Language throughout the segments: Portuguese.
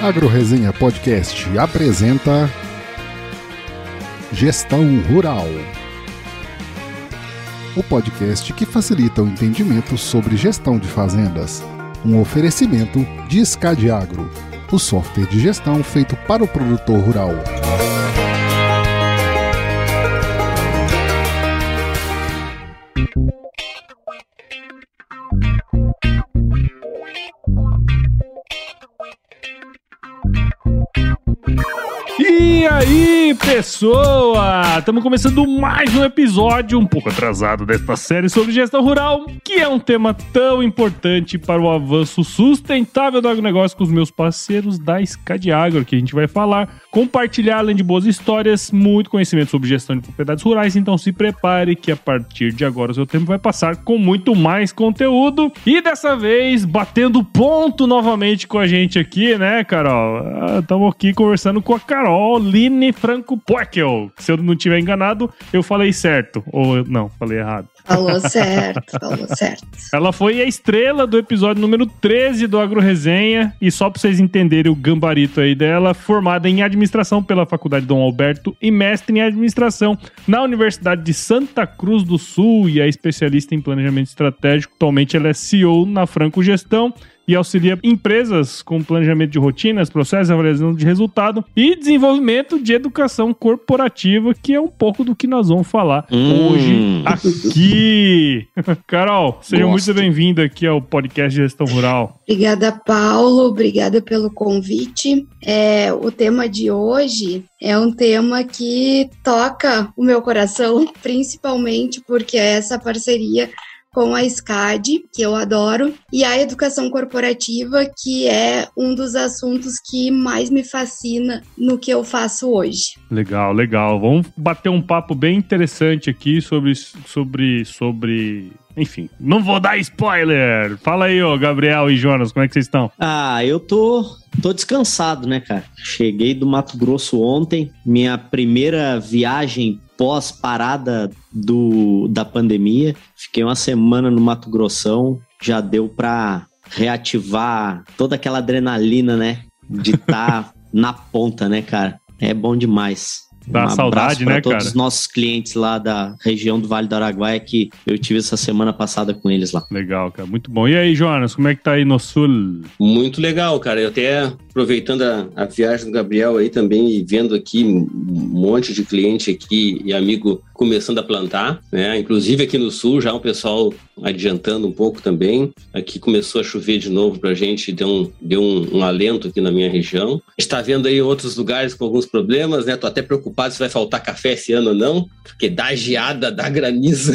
AgroResenha Podcast apresenta Gestão Rural, o podcast que facilita o entendimento sobre gestão de fazendas. Um oferecimento de SCAD Agro, o software de gestão feito para o produtor rural. E aí, pessoa! Estamos começando mais um episódio um pouco atrasado desta série sobre gestão rural, que é um tema tão importante para o avanço sustentável do agronegócio com os meus parceiros da SCAD Agro, que a gente vai falar, compartilhar, além de boas histórias, muito conhecimento sobre gestão de propriedades rurais. Então se prepare que a partir de agora o seu tempo vai passar com muito mais conteúdo. E dessa vez, batendo ponto novamente com a gente aqui, né, Carol? Estamos aqui conversando com a Caroline Franco Poeckel. Se eu não estiver enganado, eu falei certo. Ou não, falei errado. Falou certo. Ela foi a estrela do episódio número 13 do AgroResenha. E só pra vocês entenderem o gabarito aí dela, formada em administração pela Faculdade Dom Alberto e mestre em administração na Universidade de Santa Cruz do Sul e é especialista em planejamento estratégico. Atualmente ela é CEO na Franco Gestão e auxilia empresas com planejamento de rotinas, processos, avaliação de resultado e desenvolvimento de educação corporativa, que é um pouco do que nós vamos falar hoje aqui. Carol, seja muito bem-vinda aqui ao podcast de Gestão Rural. Obrigada, Paulo. Obrigada pelo convite. O tema de hoje é um tema que toca o meu coração, principalmente porque é essa parceria com a SCAD, que eu adoro, e a educação corporativa, que é um dos assuntos que mais me fascina no que eu faço hoje. Legal. Vamos bater um papo bem interessante aqui sobre... Enfim, não vou dar spoiler! Fala aí, ô Gabriel e Jonas, como é que vocês estão? Eu tô descansado, né, cara? Cheguei do Mato Grosso ontem, minha primeira viagem pós-parada da pandemia. Fiquei uma semana no Mato Grossão, já deu pra reativar toda aquela adrenalina, né? De estar na ponta, né, cara? É bom demais. Dá saudade, né, cara? Todos os nossos clientes lá da região do Vale do Araguaia que eu tive essa semana passada com eles lá. Legal, cara, muito bom. E aí, Jonas, como é que tá aí no sul? Muito legal, cara. Eu até aproveitando a viagem do Gabriel aí também e vendo aqui um monte de cliente aqui e amigo começando a plantar, né? Inclusive aqui no sul já o pessoal adiantando um pouco também. Aqui começou a chover de novo pra gente, deu um alento aqui na minha região. A gente tá vendo aí outros lugares com alguns problemas, né? Tô até preocupado se vai faltar café esse ano ou não, porque dá geada, dá granizo.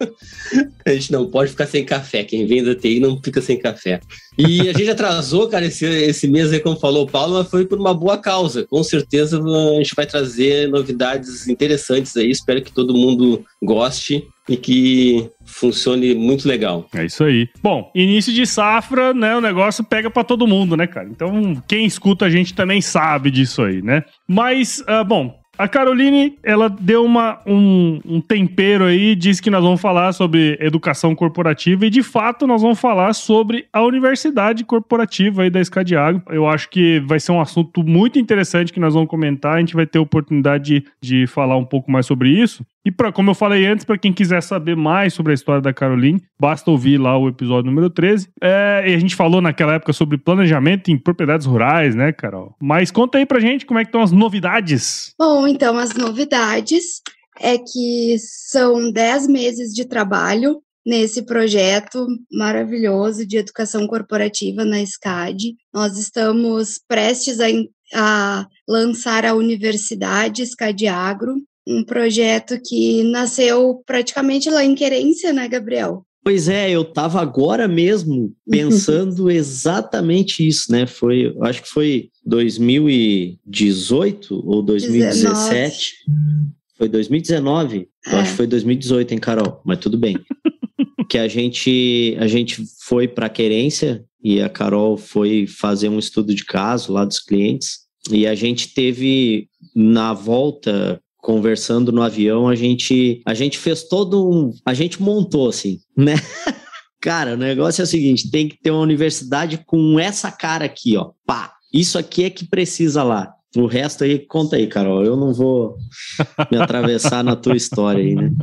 A gente não pode ficar sem café. Quem vem da TI não fica sem café. E a gente atrasou, cara, esse mês aí, como falou o Paulo, mas foi por uma boa causa. Com certeza a gente vai trazer novidades interessantes aí. Espero que todo mundo goste e que funcione muito legal. É isso aí. Bom, início de safra, né? O negócio pega pra todo mundo, né, cara? Então, quem escuta a gente também sabe disso aí, né? Mas, bom... A Caroline, ela deu um tempero aí, disse que nós vamos falar sobre educação corporativa e, de fato, nós vamos falar sobre a universidade corporativa aí da SCAD Agro. Eu acho que vai ser um assunto muito interessante que nós vamos comentar, a gente vai ter a oportunidade de falar um pouco mais sobre isso. E como eu falei antes, para quem quiser saber mais sobre a história da Caroline, basta ouvir lá o episódio número 13. E a gente falou naquela época sobre planejamento em propriedades rurais, né, Carol? Mas conta aí pra gente como é que estão as novidades. Bom, então as novidades é que são 10 meses de trabalho nesse projeto maravilhoso de educação corporativa na SCAD. Nós estamos prestes a lançar a Universidade SCAD Agro, um projeto que nasceu praticamente lá em Querência, né, Gabriel? Pois é, eu estava agora mesmo pensando exatamente isso, né? Acho que foi 2018 ou 2017. Foi 2019? Eu acho que foi 2018, hein, Carol? Mas tudo bem. Que a gente foi para Querência e a Carol foi fazer um estudo de caso lá dos clientes e a gente teve na volta conversando no avião, a gente fez a gente montou assim, né? Cara, o negócio é o seguinte, tem que ter uma universidade com essa cara aqui, ó, pá. isso aqui é que precisa lá. O resto aí, conta aí, Carol. Eu não vou me atravessar na tua história aí, né?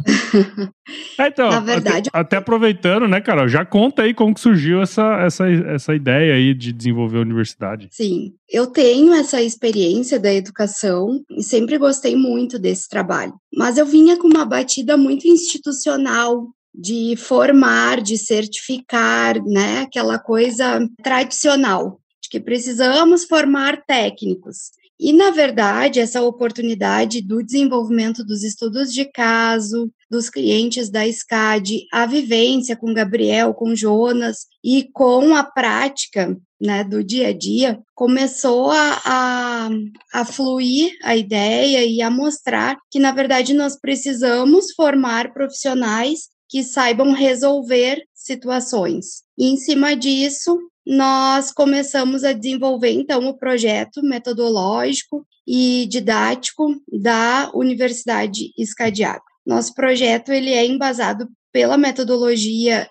Então, na verdade, até aproveitando, né, Carol? Já conta aí como que surgiu essa ideia aí de desenvolver a universidade. Sim, eu tenho essa experiência da educação e sempre gostei muito desse trabalho. Mas eu vinha com uma batida muito institucional, de formar, de certificar, né? Aquela coisa tradicional, de que precisamos formar técnicos. E, na verdade, essa oportunidade do desenvolvimento dos estudos de caso, dos clientes da SCAD, a vivência com Gabriel, com Jonas e com a prática, né, do dia a dia, começou a fluir a ideia e a mostrar que, na verdade, nós precisamos formar profissionais que saibam resolver situações. E, em cima disso, nós começamos a desenvolver, então, o projeto metodológico e didático da Universidade SCAD Agro. Nosso projeto ele é embasado pela metodologia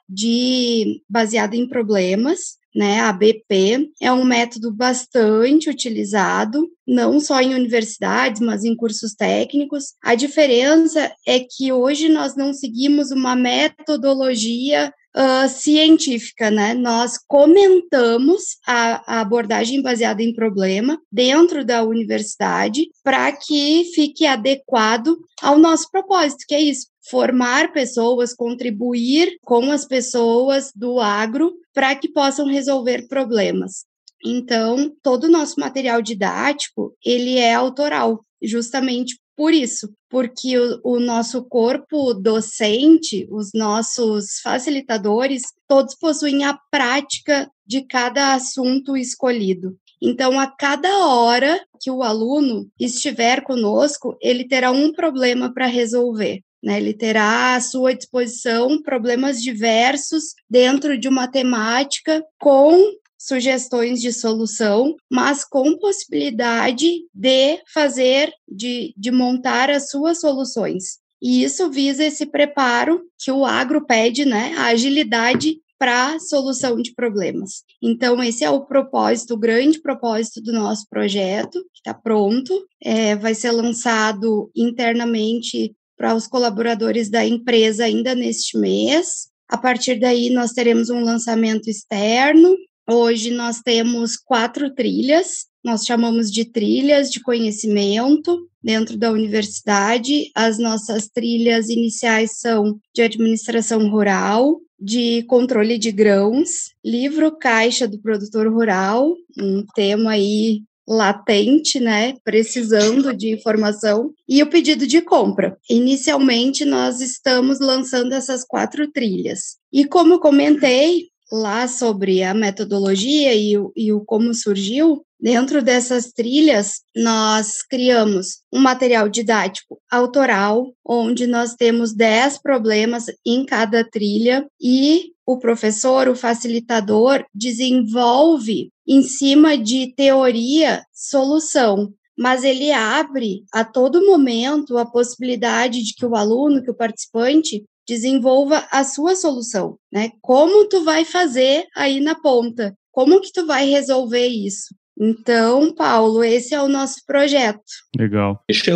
baseada em problemas, né, a BP. É um método bastante utilizado, não só em universidades, mas em cursos técnicos. A diferença é que hoje nós não seguimos uma metodologia científica, né? Nós comentamos a abordagem baseada em problema dentro da universidade para que fique adequado ao nosso propósito, que é isso, formar pessoas, contribuir com as pessoas do agro para que possam resolver problemas. Então, todo o nosso material didático, ele é autoral, justamente por isso, porque o nosso corpo docente, os nossos facilitadores, todos possuem a prática de cada assunto escolhido. Então, a cada hora que o aluno estiver conosco, ele terá um problema para resolver, né? Ele terá à sua disposição problemas diversos dentro de uma temática com sugestões de solução, mas com possibilidade de fazer, de montar as suas soluções. E isso visa esse preparo que o agro pede, né? A agilidade para solução de problemas. Então, esse é o propósito, o grande propósito do nosso projeto, que está pronto, vai ser lançado internamente para os colaboradores da empresa ainda neste mês. A partir daí, nós teremos um lançamento externo. Hoje nós temos 4 trilhas, nós chamamos de trilhas de conhecimento dentro da universidade. As nossas trilhas iniciais são de administração rural, de controle de grãos, livro caixa do produtor rural, um tema aí latente, né, precisando de informação, e o pedido de compra. Inicialmente, nós estamos lançando essas 4 trilhas. E como comentei lá sobre a metodologia e o como surgiu, dentro dessas trilhas, nós criamos um material didático autoral, onde nós temos 10 problemas em cada trilha, e o professor, o facilitador, desenvolve em cima de teoria solução, mas ele abre a todo momento a possibilidade de que o aluno, que o participante, desenvolva a sua solução, né? Como tu vai fazer aí na ponta? Como que tu vai resolver isso? Então, Paulo, esse é o nosso projeto. Legal. Deixa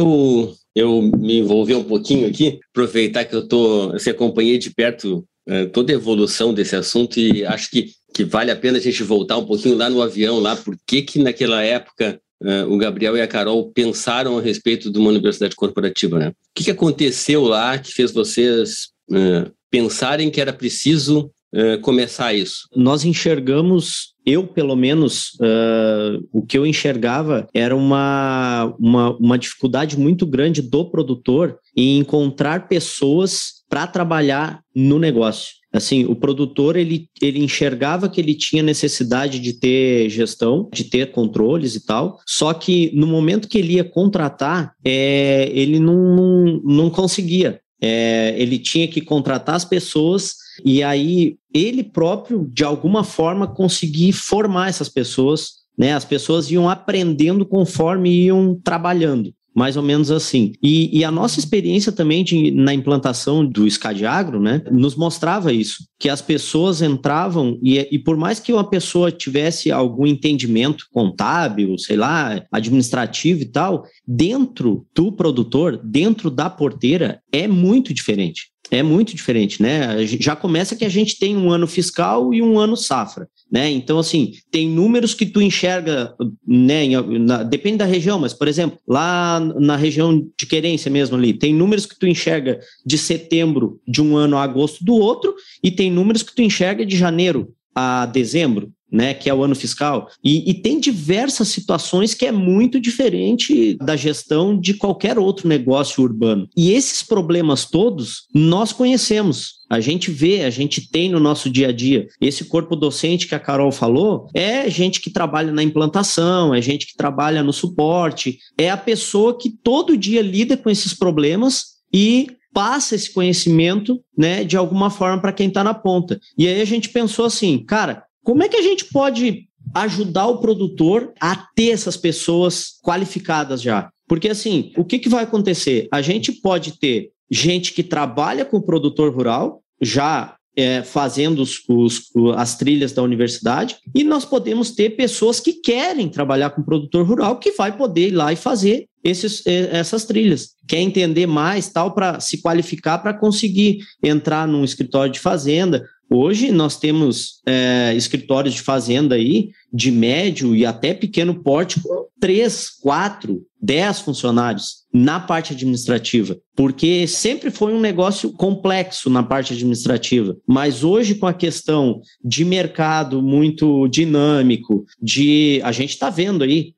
eu me envolver um pouquinho aqui, aproveitar que eu acompanhei de perto toda a evolução desse assunto e acho que vale a pena a gente voltar um pouquinho lá no avião, lá, por que naquela época o Gabriel e a Carol pensaram a respeito de uma universidade corporativa, né? O que aconteceu lá que fez vocês pensarem que era preciso começar isso? Nós enxergamos, eu pelo menos, o que eu enxergava era uma dificuldade muito grande do produtor em encontrar pessoas para trabalhar no negócio. Assim, o produtor, ele enxergava que ele tinha necessidade de ter gestão, de ter controles e tal, só que no momento que ele ia contratar, ele não conseguia. Ele tinha que contratar as pessoas e aí ele próprio, de alguma forma, conseguir formar essas pessoas, né? As pessoas iam aprendendo conforme iam trabalhando. mais ou menos assim. E a nossa experiência também na implantação do Scadiagro, né, nos mostrava isso, que as pessoas entravam e por mais que uma pessoa tivesse algum entendimento contábil, sei lá, administrativo e tal, dentro do produtor, dentro da porteira, é muito diferente. É muito diferente, né? Já começa que a gente tem um ano fiscal e um ano safra, né? Então, assim, tem números que tu enxerga, né? Depende da região, mas, por exemplo, lá na região de querência mesmo ali, tem números que tu enxerga de setembro de um ano a agosto do outro e tem números que tu enxerga de janeiro a dezembro, né, que é o ano fiscal, e tem diversas situações que é muito diferente da gestão de qualquer outro negócio urbano. E esses problemas todos nós conhecemos. A gente vê, a gente tem no nosso dia a dia. Esse corpo docente que a Carol falou é gente que trabalha na implantação, é gente que trabalha no suporte, é a pessoa que todo dia lida com esses problemas e passa esse conhecimento, né, de alguma forma para quem está na ponta. E aí a gente pensou assim, cara, como é que a gente pode ajudar o produtor a ter essas pessoas qualificadas já? Porque assim, o que vai acontecer? A gente pode ter gente que trabalha com o produtor rural, já fazendo as trilhas da universidade, e nós podemos ter pessoas que querem trabalhar com o produtor rural, que vai poder ir lá e fazer essas trilhas. Quer entender mais, tal, para se qualificar para conseguir entrar num escritório de fazenda. Hoje nós temos escritórios de fazenda aí, de médio e até pequeno porte, com 3, 4, 10 funcionários na parte administrativa, porque sempre foi um negócio complexo na parte administrativa, mas hoje com a questão de mercado muito dinâmico, a gente está vendo aí,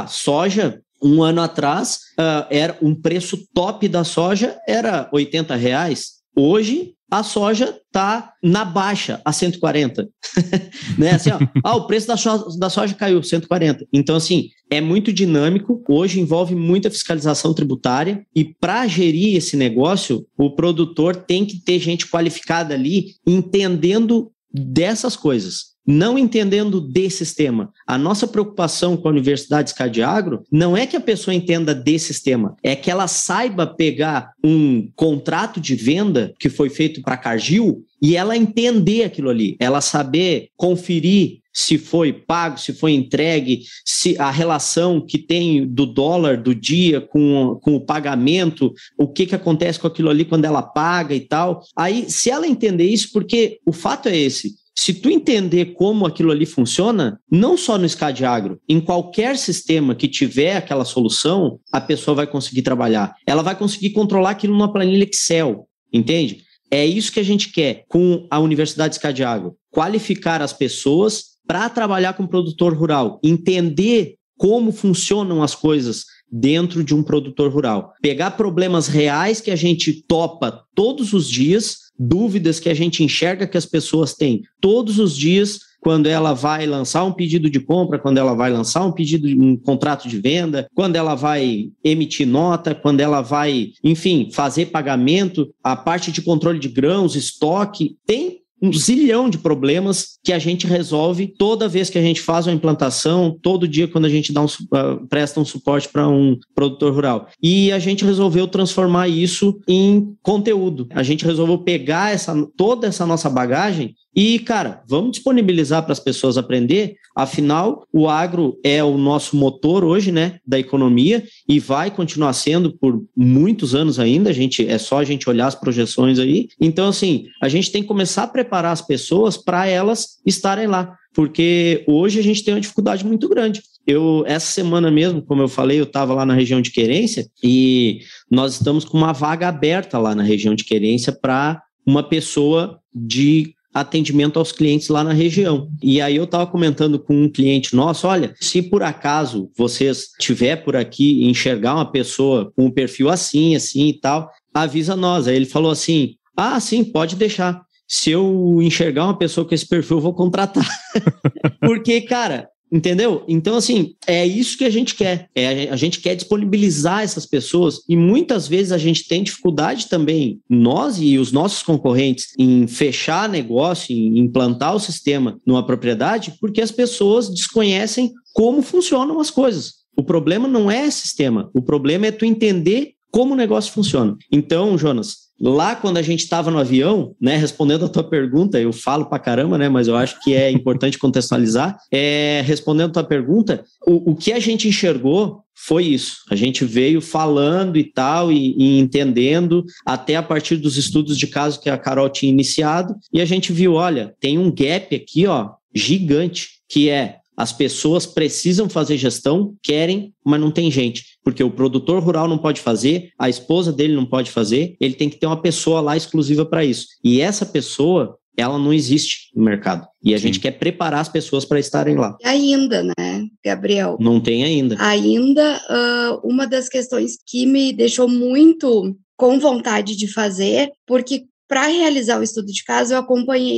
soja, um ano atrás, era um preço top da soja, era R$80. Hoje, a soja está na baixa, a 140. Né? Assim, o preço da soja caiu, 140. Então, assim, é muito dinâmico. Hoje envolve muita fiscalização tributária e para gerir esse negócio, o produtor tem que ter gente qualificada ali, entendendo dessas coisas. Não entendendo de sistema. A nossa preocupação com a Universidade Scadiagro não é que a pessoa entenda de sistema, é que ela saiba pegar um contrato de venda que foi feito para a Cargill e ela entender aquilo ali, ela saber conferir se foi pago, se foi entregue, se a relação que tem do dólar do dia com o pagamento, o que acontece com aquilo ali quando ela paga e tal. Aí, se ela entender isso, porque o fato é esse, se tu entender como aquilo ali funciona, não só no Scadiagro, em qualquer sistema que tiver aquela solução, a pessoa vai conseguir trabalhar. Ela vai conseguir controlar aquilo numa planilha Excel, entende? É isso que a gente quer com a Universidade Scadiagro, qualificar as pessoas para trabalhar com o produtor rural, entender como funcionam as coisas dentro de um produtor rural. Pegar problemas reais que a gente topa todos os dias, dúvidas que a gente enxerga que as pessoas têm todos os dias, quando ela vai lançar um pedido de compra, quando ela vai lançar um contrato de venda, quando ela vai emitir nota, quando ela vai, enfim, fazer pagamento, a parte de controle de grãos, estoque, tem um zilhão de problemas que a gente resolve toda vez que a gente faz uma implantação, todo dia quando a gente presta um suporte para um produtor rural. E a gente resolveu transformar isso em conteúdo. A gente resolveu pegar toda essa nossa bagagem e, cara, vamos disponibilizar para as pessoas aprender. Afinal, o agro é o nosso motor hoje, né, da economia e vai continuar sendo por muitos anos ainda. É só a gente olhar as projeções aí. Então, assim, a gente tem que começar a preparar as pessoas para elas estarem lá, porque hoje a gente tem uma dificuldade muito grande. Essa semana mesmo, como eu falei, eu estava lá na região de Querência e nós estamos com uma vaga aberta lá na região de Querência para uma pessoa de atendimento aos clientes lá na região. E aí eu estava comentando com um cliente nosso, olha, se por acaso vocês tiver por aqui e enxergar uma pessoa com um perfil assim e tal, avisa nós. Aí ele falou assim, sim, pode deixar. Se eu enxergar uma pessoa com esse perfil, eu vou contratar. Porque, cara, entendeu? Então, assim, é isso que a gente quer. A gente quer disponibilizar essas pessoas e muitas vezes a gente tem dificuldade também, nós e os nossos concorrentes, em fechar negócio, em implantar o sistema numa propriedade, porque as pessoas desconhecem como funcionam as coisas. O problema não é sistema, o problema é tu entender como o negócio funciona. Então, Jonas, lá quando a gente estava no avião, né, respondendo a tua pergunta, eu falo pra caramba, né, mas eu acho que é importante contextualizar, respondendo a tua pergunta, o que a gente enxergou foi isso. A gente veio falando e tal, e entendendo, até a partir dos estudos de caso que a Carol tinha iniciado, e a gente viu, olha, tem um gap aqui, ó, gigante, que é as pessoas precisam fazer gestão, querem, mas não tem gente. Porque o produtor rural não pode fazer, a esposa dele não pode fazer, ele tem que ter uma pessoa lá exclusiva para isso. E essa pessoa, ela não existe no mercado. E a gente quer preparar as pessoas para estarem lá. Ainda, né, Gabriel? Não tem ainda. Ainda, uma das questões que me deixou muito com vontade de fazer, porque para realizar o estudo de caso, eu acompanhei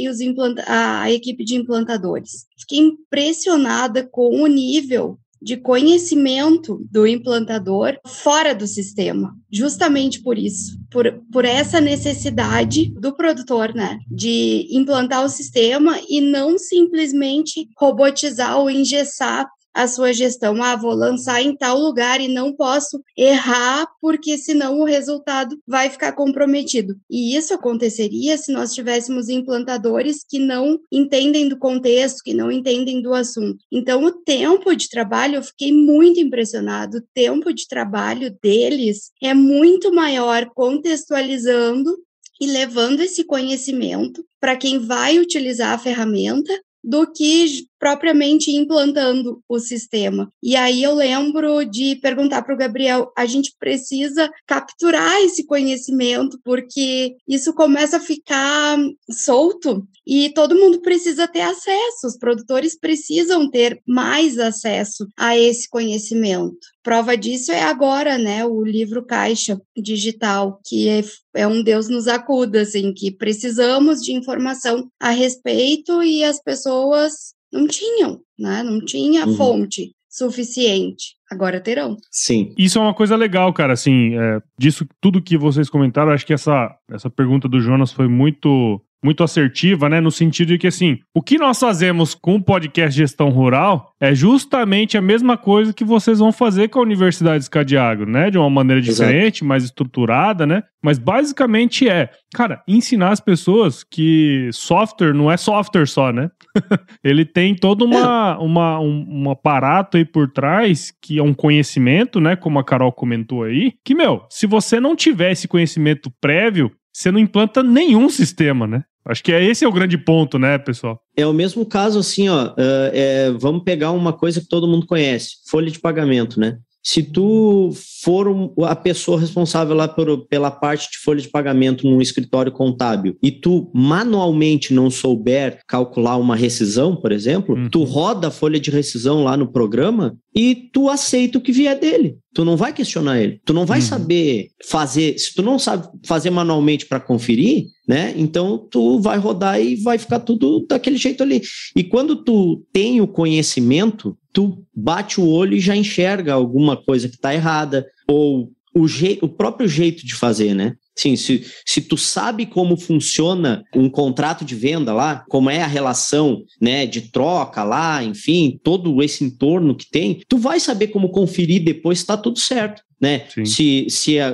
a equipe de implantadores. Fiquei impressionada com o nível de conhecimento do implantador fora do sistema. Justamente por isso, por essa necessidade do produtor, né, de implantar o sistema e não simplesmente robotizar ou engessar a sua gestão. Vou lançar em tal lugar e não posso errar, porque senão o resultado vai ficar comprometido. E isso aconteceria se nós tivéssemos implantadores que não entendem do contexto, que não entendem do assunto. Então, o tempo de trabalho, eu fiquei muito impressionado, o tempo de trabalho deles é muito maior contextualizando e levando esse conhecimento para quem vai utilizar a ferramenta, do que propriamente implantando o sistema. E aí eu lembro de perguntar para o Gabriel, a gente precisa capturar esse conhecimento, porque isso começa a ficar solto e todo mundo precisa ter acesso, os produtores precisam ter mais acesso a esse conhecimento. Prova disso é agora, né, o livro Caixa Digital, que é um Deus nos acuda, assim, que precisamos de informação a respeito e as pessoas não tinham, né? Não tinha fonte suficiente. Agora terão. Sim. Isso é uma coisa legal, cara, assim, disso tudo que vocês comentaram, acho que essa pergunta do Jonas foi muito assertiva, né, no sentido de que, assim, o que nós fazemos com o podcast Gestão Rural é justamente a mesma coisa que vocês vão fazer com a Universidade SCAD Agro, né, de uma maneira diferente, mais estruturada, né, mas basicamente cara, ensinar as pessoas que software não é software só, né, ele tem todo um aparato aí por trás, que é um conhecimento, né, como a Carol comentou aí, que, se você não tiver esse conhecimento prévio, você não implanta nenhum sistema, né? Acho que esse é o grande ponto, né, pessoal? É o mesmo caso, assim, ó, vamos pegar uma coisa que todo mundo conhece, folha de pagamento, né? Se tu for a pessoa responsável lá pela parte de folha de pagamento num escritório contábil e tu manualmente não souber calcular uma rescisão, por exemplo, tu roda a folha de rescisão lá no programa e tu aceita o que vier dele. Tu não vai questionar ele. Tu não vai saber fazer. Se tu não sabe fazer manualmente para conferir, né? Então tu vai rodar e vai ficar tudo daquele jeito ali. E quando tu tem o conhecimento, tu bate o olho e já enxerga alguma coisa que está errada, ou o próprio jeito de fazer, né? Sim, se tu sabe como funciona um contrato de venda lá, como é a relação, né, de troca lá, enfim, todo esse entorno que tem, tu vai saber como conferir depois se está tudo certo, né? Se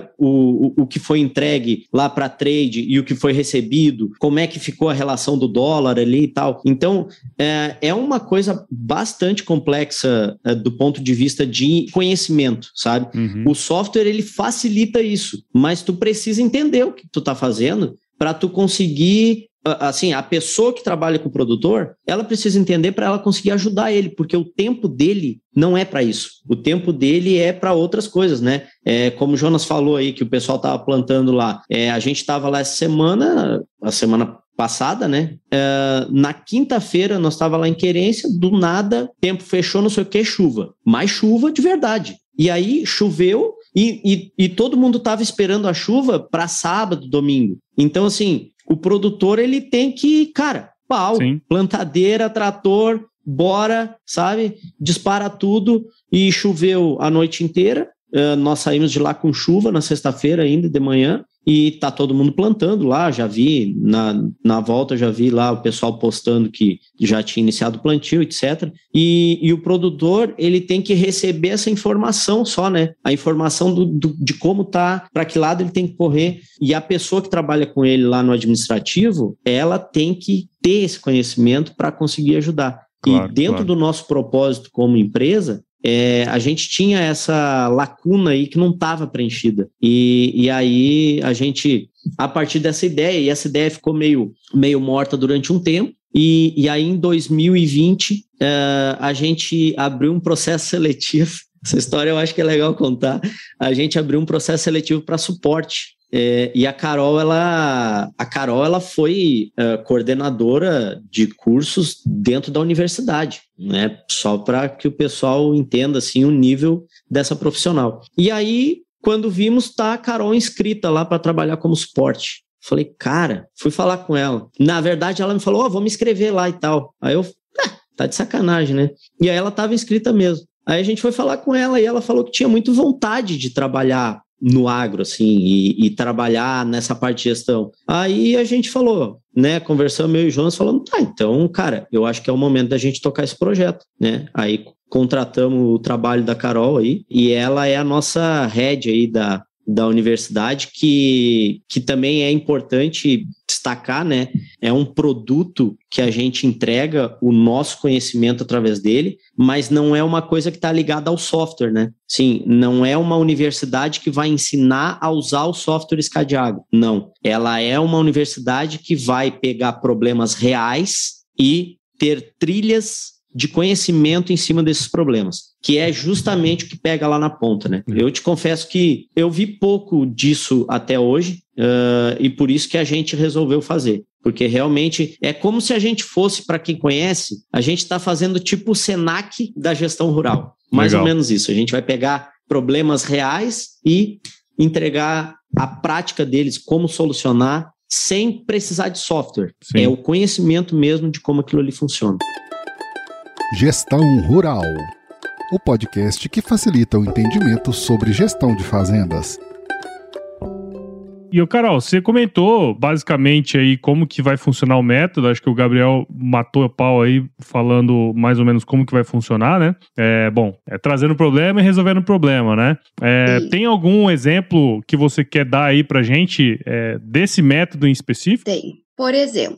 o que foi entregue lá para trade e o que foi recebido, como é que ficou a relação do dólar ali e tal. Então, é uma coisa bastante complexa do ponto de vista de conhecimento, sabe? O software, ele facilita isso, mas tu precisa entender o que tu tá fazendo para tu conseguir... Assim, a pessoa que trabalha com o produtor, ela precisa entender para ela conseguir ajudar ele, porque o tempo dele não é para isso. O tempo dele é para outras coisas, né? Como o Jonas falou aí, que o pessoal estava plantando lá. A gente estava lá essa semana, a semana passada, né? Na quinta-feira, nós estávamos lá em Querência, do nada, tempo fechou, não sei o que, chuva. Mas chuva de verdade. E aí, choveu e todo mundo estava esperando a chuva para sábado, domingo. Então, assim... O produtor, ele tem que, cara, pau, plantadeira, trator, bora, sabe? Dispara tudo e choveu a noite inteira. Nós saímos de lá com chuva na sexta-feira ainda, de manhã. e tá todo mundo plantando lá, já vi, na volta já vi lá o pessoal postando que já tinha iniciado o plantio, etc. E o produtor, ele tem que receber essa informação só, né? A informação de como tá, para que lado ele tem que correr. E a pessoa que trabalha com ele lá no administrativo, ela tem que ter esse conhecimento para conseguir ajudar. Claro, e dentro do nosso propósito como empresa, a gente tinha essa lacuna aí que não estava preenchida. E aí a gente, a partir dessa ideia, e essa ideia ficou meio morta durante um tempo, e aí em 2020 a gente abriu um processo seletivo. Essa história eu acho que é legal contar. A gente abriu um processo seletivo para suporte. E a Carol, ela foi coordenadora de cursos dentro da universidade, né? Só para que o pessoal entenda assim, o nível dessa profissional. E aí, quando vimos, tá a Carol inscrita lá para trabalhar como suporte. Falei, cara, fui falar com ela. Na verdade, ela me falou, vou me inscrever lá e tal. Aí eu, tá de sacanagem, né? E aí ela estava inscrita mesmo. Aí a gente foi falar com ela e ela falou que tinha muito vontade de trabalhar no agro, assim, e trabalhar nessa parte de gestão. Aí a gente falou, né, conversamos, eu e o Jonas, falando, então, cara, eu acho que é o momento da gente tocar esse projeto, né? Aí contratamos o trabalho da Carol aí, e ela é a nossa head aí da universidade, que também é importante destacar, né? É um produto que a gente entrega o nosso conhecimento através dele, mas não é uma coisa que está ligada ao software, né? Sim, não é uma universidade que vai ensinar a usar o software Scadiagro. Não, ela é uma universidade que vai pegar problemas reais e ter trilhas de conhecimento em cima desses problemas, que é justamente o que pega lá na ponta, né? Eu te confesso que eu vi pouco disso até hoje, e por isso que a gente resolveu fazer, porque realmente é como se a gente fosse, para quem conhece, a gente está fazendo tipo o Senac da gestão rural, mais ou menos isso. A gente vai pegar problemas reais e entregar a prática deles, como solucionar, sem precisar de software. Sim. É o conhecimento mesmo de como aquilo ali funciona. Gestão Rural, o podcast que facilita o entendimento sobre gestão de fazendas. E, Carol, você comentou basicamente aí como que vai funcionar o método. Acho que o Gabriel matou a pau aí falando mais ou menos como que vai funcionar, né? Trazendo problema e resolvendo problema, né? Tem algum exemplo que você quer dar aí pra gente desse método em específico? Tem. Por exemplo,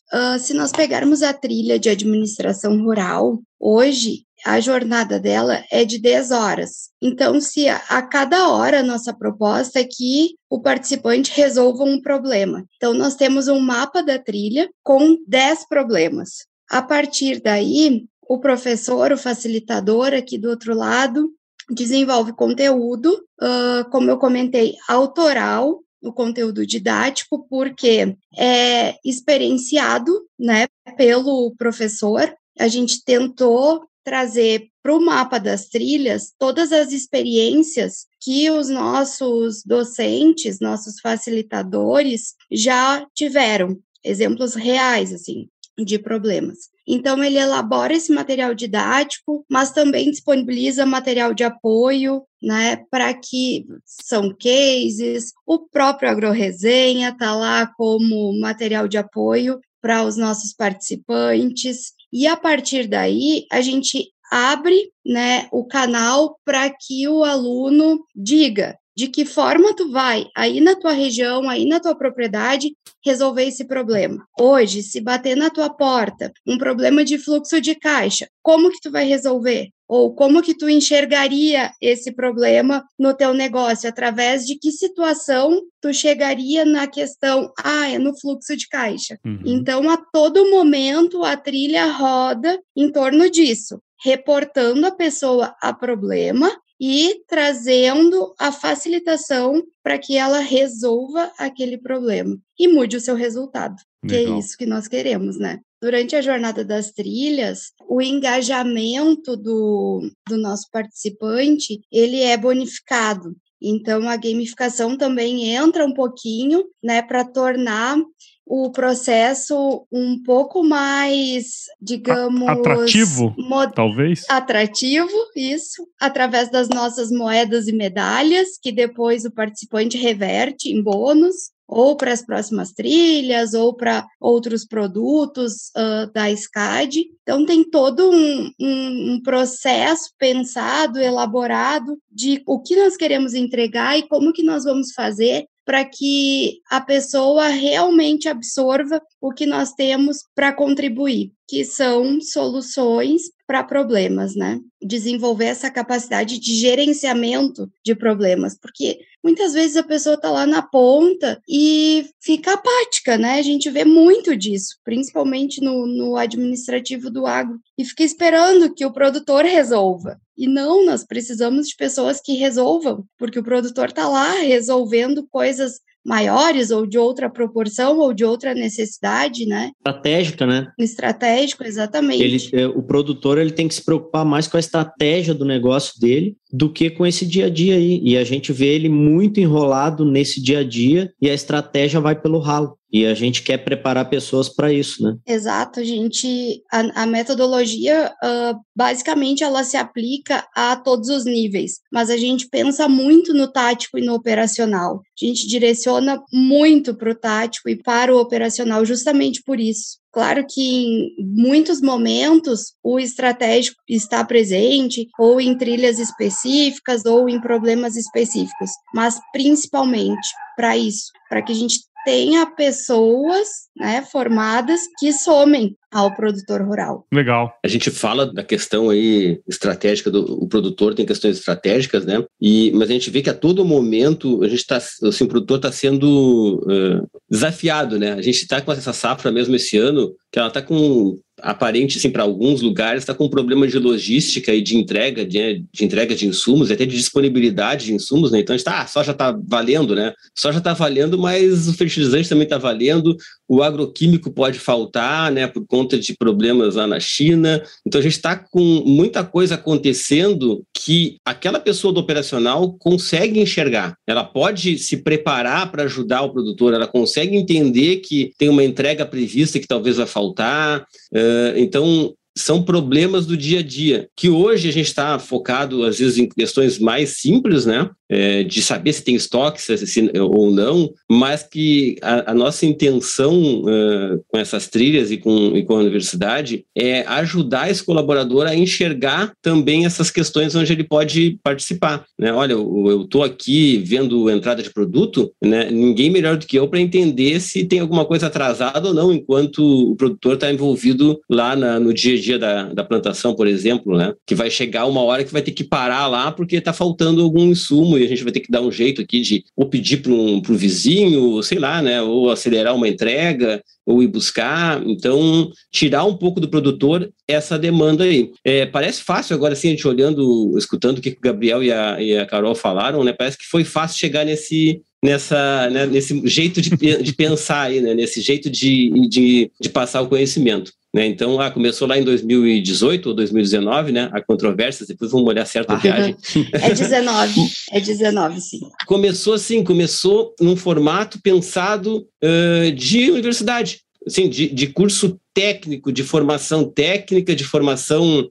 se nós pegarmos a trilha de administração rural, hoje a jornada dela é de 10 horas. Então, se a cada hora a nossa proposta é que o participante resolva um problema. Então, nós temos um mapa da trilha com 10 problemas. A partir daí, o professor, o facilitador aqui do outro lado, desenvolve conteúdo, como eu comentei, autoral, o conteúdo didático, porque é experienciado, né, pelo professor. A gente tentou trazer para o mapa das trilhas todas as experiências que os nossos docentes, nossos facilitadores já tiveram, exemplos reais, assim, de problemas. Então, ele elabora esse material didático, mas também disponibiliza material de apoio, né, para que são cases, o próprio AgroResenha está lá como material de apoio para os nossos participantes, e a partir daí a gente abre, né, o canal para que o aluno diga de que forma tu vai aí na tua região, aí na tua propriedade, resolver esse problema. Hoje, se bater na tua porta um problema de fluxo de caixa, como que tu vai resolver? Ou como que tu enxergaria esse problema no teu negócio? Através de que situação tu chegaria na questão, é no fluxo de caixa. Então, a todo momento, a trilha roda em torno disso, reportando a pessoa a problema e trazendo a facilitação para que ela resolva aquele problema e mude o seu resultado. Legal. Que é isso que nós queremos, né? Durante a jornada das trilhas, o engajamento do nosso participante, ele é bonificado. Então, a gamificação também entra um pouquinho, né, para tornar o processo um pouco mais, digamos... Atrativo, talvez? Atrativo, isso. Através das nossas moedas e medalhas, que depois o participante reverte em bônus, ou para as próximas trilhas, ou para outros produtos da SCAD. Então, tem todo um processo pensado, elaborado, de o que nós queremos entregar e como que nós vamos fazer para que a pessoa realmente absorva o que nós temos para contribuir, que são soluções para problemas, né? Desenvolver essa capacidade de gerenciamento de problemas, porque muitas vezes a pessoa está lá na ponta e fica apática, né? A gente vê muito disso, principalmente no administrativo do agro, e fica esperando que o produtor resolva. E não, nós precisamos de pessoas que resolvam, porque o produtor está lá resolvendo coisas maiores ou de outra proporção ou de outra necessidade, né? Estratégica, né? Estratégico, exatamente. O produtor ele tem que se preocupar mais com a estratégia do negócio dele do que com esse dia a dia aí. E a gente vê ele muito enrolado nesse dia a dia e a estratégia vai pelo ralo. E a gente quer preparar pessoas para isso, né? Exato, a metodologia, basicamente, ela se aplica a todos os níveis, mas a gente pensa muito no tático e no operacional. A gente direciona muito para o tático e para o operacional justamente por isso. Claro que em muitos momentos o estratégico está presente, ou em trilhas específicas, ou em problemas específicos, mas principalmente para isso, para que a gente tenha pessoas, né, formadas que somem ao produtor rural. Legal. A gente fala da questão aí estratégica o produtor tem questões estratégicas, né? Mas a gente vê que a todo momento a gente tá, assim, o produtor está sendo desafiado, né? A gente está com essa safra mesmo esse ano, que ela está com aparente, assim, para alguns lugares, está com um problema de logística e de entrega de insumos, até de disponibilidade de insumos, né? Então a gente tá, soja está valendo, né? Soja está valendo, mas o fertilizante também está valendo, o agroquímico pode faltar, né? Por conta de problemas lá na China. Então a gente está com muita coisa acontecendo que aquela pessoa do operacional consegue enxergar. Ela pode se preparar para ajudar o produtor, ela consegue entender que tem uma entrega prevista que talvez vai faltar. Então, são problemas do dia a dia, que hoje a gente está focado, às vezes, em questões mais simples, né? De saber se tem estoque ou não, mas que a nossa intenção com essas trilhas e com a universidade é ajudar esse colaborador a enxergar também essas questões onde ele pode participar, né? Olha, eu estou aqui vendo entrada de produto, né? Ninguém melhor do que eu para entender se tem alguma coisa atrasada ou não, enquanto o produtor está envolvido lá no dia a dia da plantação, por exemplo, né? Que vai chegar uma hora que vai ter que parar lá porque está faltando algum insumo e a gente vai ter que dar um jeito aqui de ou pedir para um vizinho, sei lá, né? Ou acelerar uma entrega, ou ir buscar. Então, tirar um pouco do produtor essa demanda aí. Parece fácil agora, assim, a gente olhando, escutando o que o Gabriel e a Carol falaram, né? Parece que foi fácil chegar nesse jeito de pensar aí, né? Nesse jeito de passar o conhecimento. Né? Então, começou lá em 2018 ou 2019, né? A controvérsia, depois vamos olhar certa viagem. É 19, sim. Começou num formato pensado de universidade, assim, de curso técnico, de formação técnica, de formação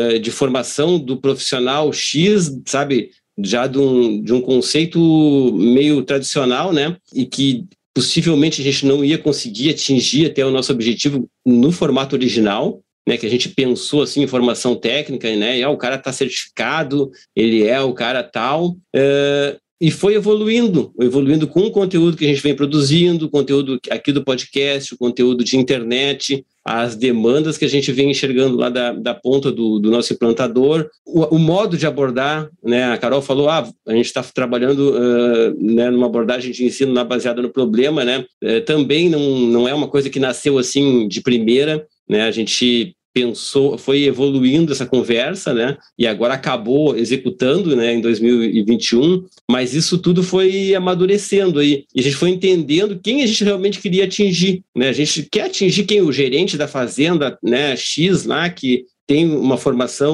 do profissional X, sabe? Já de um conceito meio tradicional, né? E que possivelmente a gente não ia conseguir atingir até o nosso objetivo no formato original, né, que a gente pensou assim em formação técnica, né, e o cara está certificado, ele é o cara tal, e foi evoluindo com o conteúdo que a gente vem produzindo, o conteúdo aqui do podcast, o conteúdo de internet, as demandas que a gente vem enxergando lá da ponta do nosso implantador, o modo de abordar, né? A Carol falou, a gente está trabalhando né, numa abordagem de ensino baseada no problema, né? Também não é uma coisa que nasceu assim de primeira, né? A gente pensou, foi evoluindo essa conversa, né? E agora acabou executando, né, em 2021, mas isso tudo foi amadurecendo aí. E a gente foi entendendo quem a gente realmente queria atingir, né? A gente quer atingir quem? O gerente da fazenda, né, X lá, que tem uma formação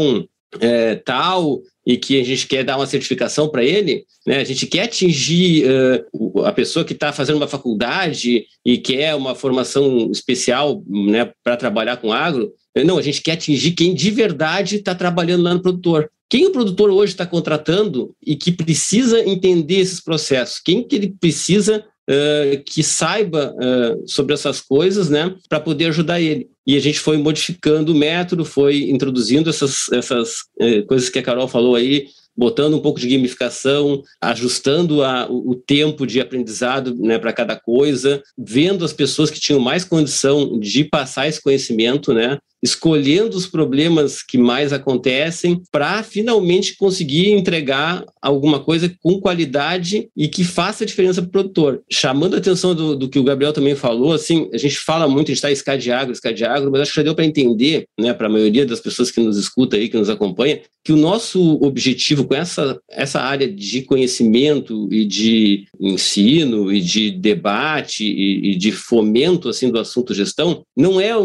tal, e que a gente quer dar uma certificação para ele, né? A gente quer atingir a pessoa que está fazendo uma faculdade e quer uma formação especial, né, para trabalhar com agro. Não, a gente quer atingir quem de verdade está trabalhando lá no produtor. Quem o produtor hoje está contratando e que precisa entender esses processos? Quem que ele precisa que saiba sobre essas coisas, né, para poder ajudar ele? E a gente foi modificando o método, foi introduzindo essas coisas que a Carol falou aí, botando um pouco de gamificação, ajustando o tempo de aprendizado, né, para cada coisa, vendo as pessoas que tinham mais condição de passar esse conhecimento, né, escolhendo os problemas que mais acontecem para finalmente conseguir entregar alguma coisa com qualidade e que faça diferença para o produtor. Chamando a atenção do que o Gabriel também falou, assim, a gente fala muito, a gente está SCAD Agro, mas acho que já deu para entender, né, para a maioria das pessoas que nos escuta aí, que nos acompanha, que o nosso objetivo com essa área de conhecimento e de ensino e de debate e de fomento, assim, do assunto gestão, não é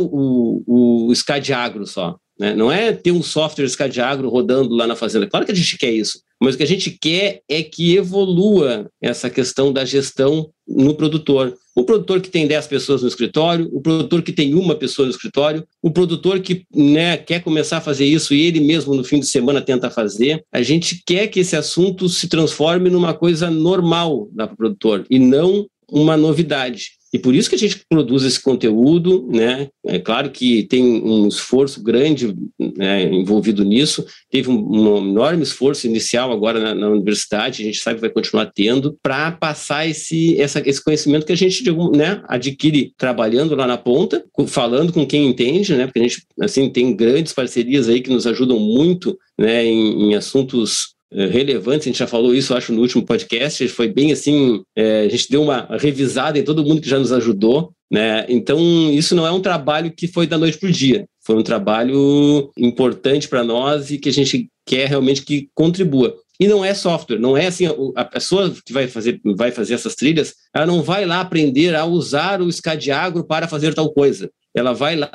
o SCAD Agro só, né? Não é ter um software SCAD Agro rodando lá na fazenda. Claro que a gente quer isso, mas o que a gente quer é que evolua essa questão da gestão no produtor. O produtor que tem 10 pessoas no escritório, o produtor que tem uma pessoa no escritório, o produtor que, né, quer começar a fazer isso e ele mesmo no fim de semana tenta fazer. A gente quer que esse assunto se transforme numa coisa normal para o produtor e não uma novidade. E por isso que a gente produz esse conteúdo, né? É claro que tem um esforço grande, né, envolvido nisso. Teve um enorme esforço inicial agora na universidade, a gente sabe que vai continuar tendo, para passar esse conhecimento que a gente, né, adquire trabalhando lá na ponta, falando com quem entende, né? Porque a gente, assim, tem grandes parcerias aí que nos ajudam muito, né, em assuntos relevantes. A gente já falou isso, acho, no último podcast. Foi bem assim, a gente deu uma revisada em todo mundo que já nos ajudou, né? Então, isso não é um trabalho que foi da noite para o dia. Foi um trabalho importante para nós e que a gente quer realmente que contribua. E não é software, não é assim, a pessoa que vai fazer essas trilhas, ela não vai lá aprender a usar o SCAD Agro para fazer tal coisa. Ela vai lá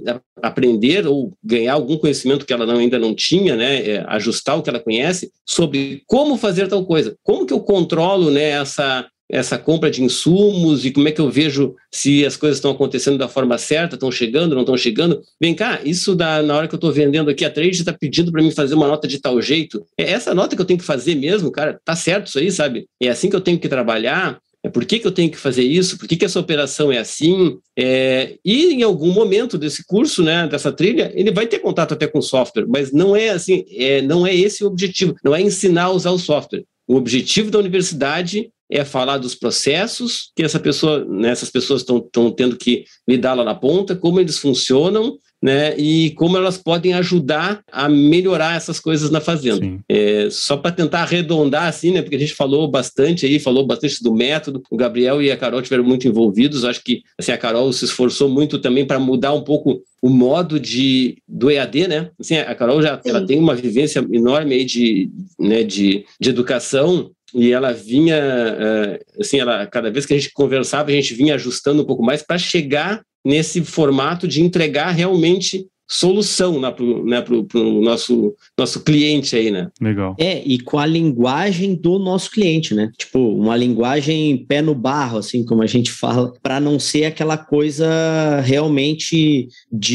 aprender ou ganhar algum conhecimento que ela ainda não tinha, né, ajustar o que ela conhece sobre como fazer tal coisa. Como que eu controlo, né, essa compra de insumos e como é que eu vejo se as coisas estão acontecendo da forma certa, estão chegando, não estão chegando. Vem cá, isso na hora que eu estou vendendo aqui, a trade está pedindo para mim fazer uma nota de tal jeito. É essa nota que eu tenho que fazer mesmo, cara? Tá certo isso aí, sabe? É assim que eu tenho que trabalhar. Por que eu tenho que fazer isso? Por que essa operação é assim? E em algum momento desse curso, né, dessa trilha, ele vai ter contato até com o software, mas não é assim, não é esse o objetivo, não é ensinar a usar o software. O objetivo da universidade é falar dos processos que essas pessoas estão tendo que lidar lá na ponta, como eles funcionam, né, e como elas podem ajudar a melhorar essas coisas na fazenda. Só para tentar arredondar, assim, né, porque a gente falou bastante do método, o Gabriel e a Carol estiveram muito envolvidos. Acho que, assim, a Carol se esforçou muito também para mudar um pouco o modo do EAD, né? Assim, a Carol ela tem uma vivência enorme aí de educação. E ela vinha, assim, cada vez que a gente conversava, a gente vinha ajustando um pouco mais para chegar nesse formato de entregar realmente solução, né, pro nosso cliente aí, né? Legal. E com a linguagem do nosso cliente, né? Tipo, uma linguagem pé no barro, assim, como a gente fala, para não ser aquela coisa realmente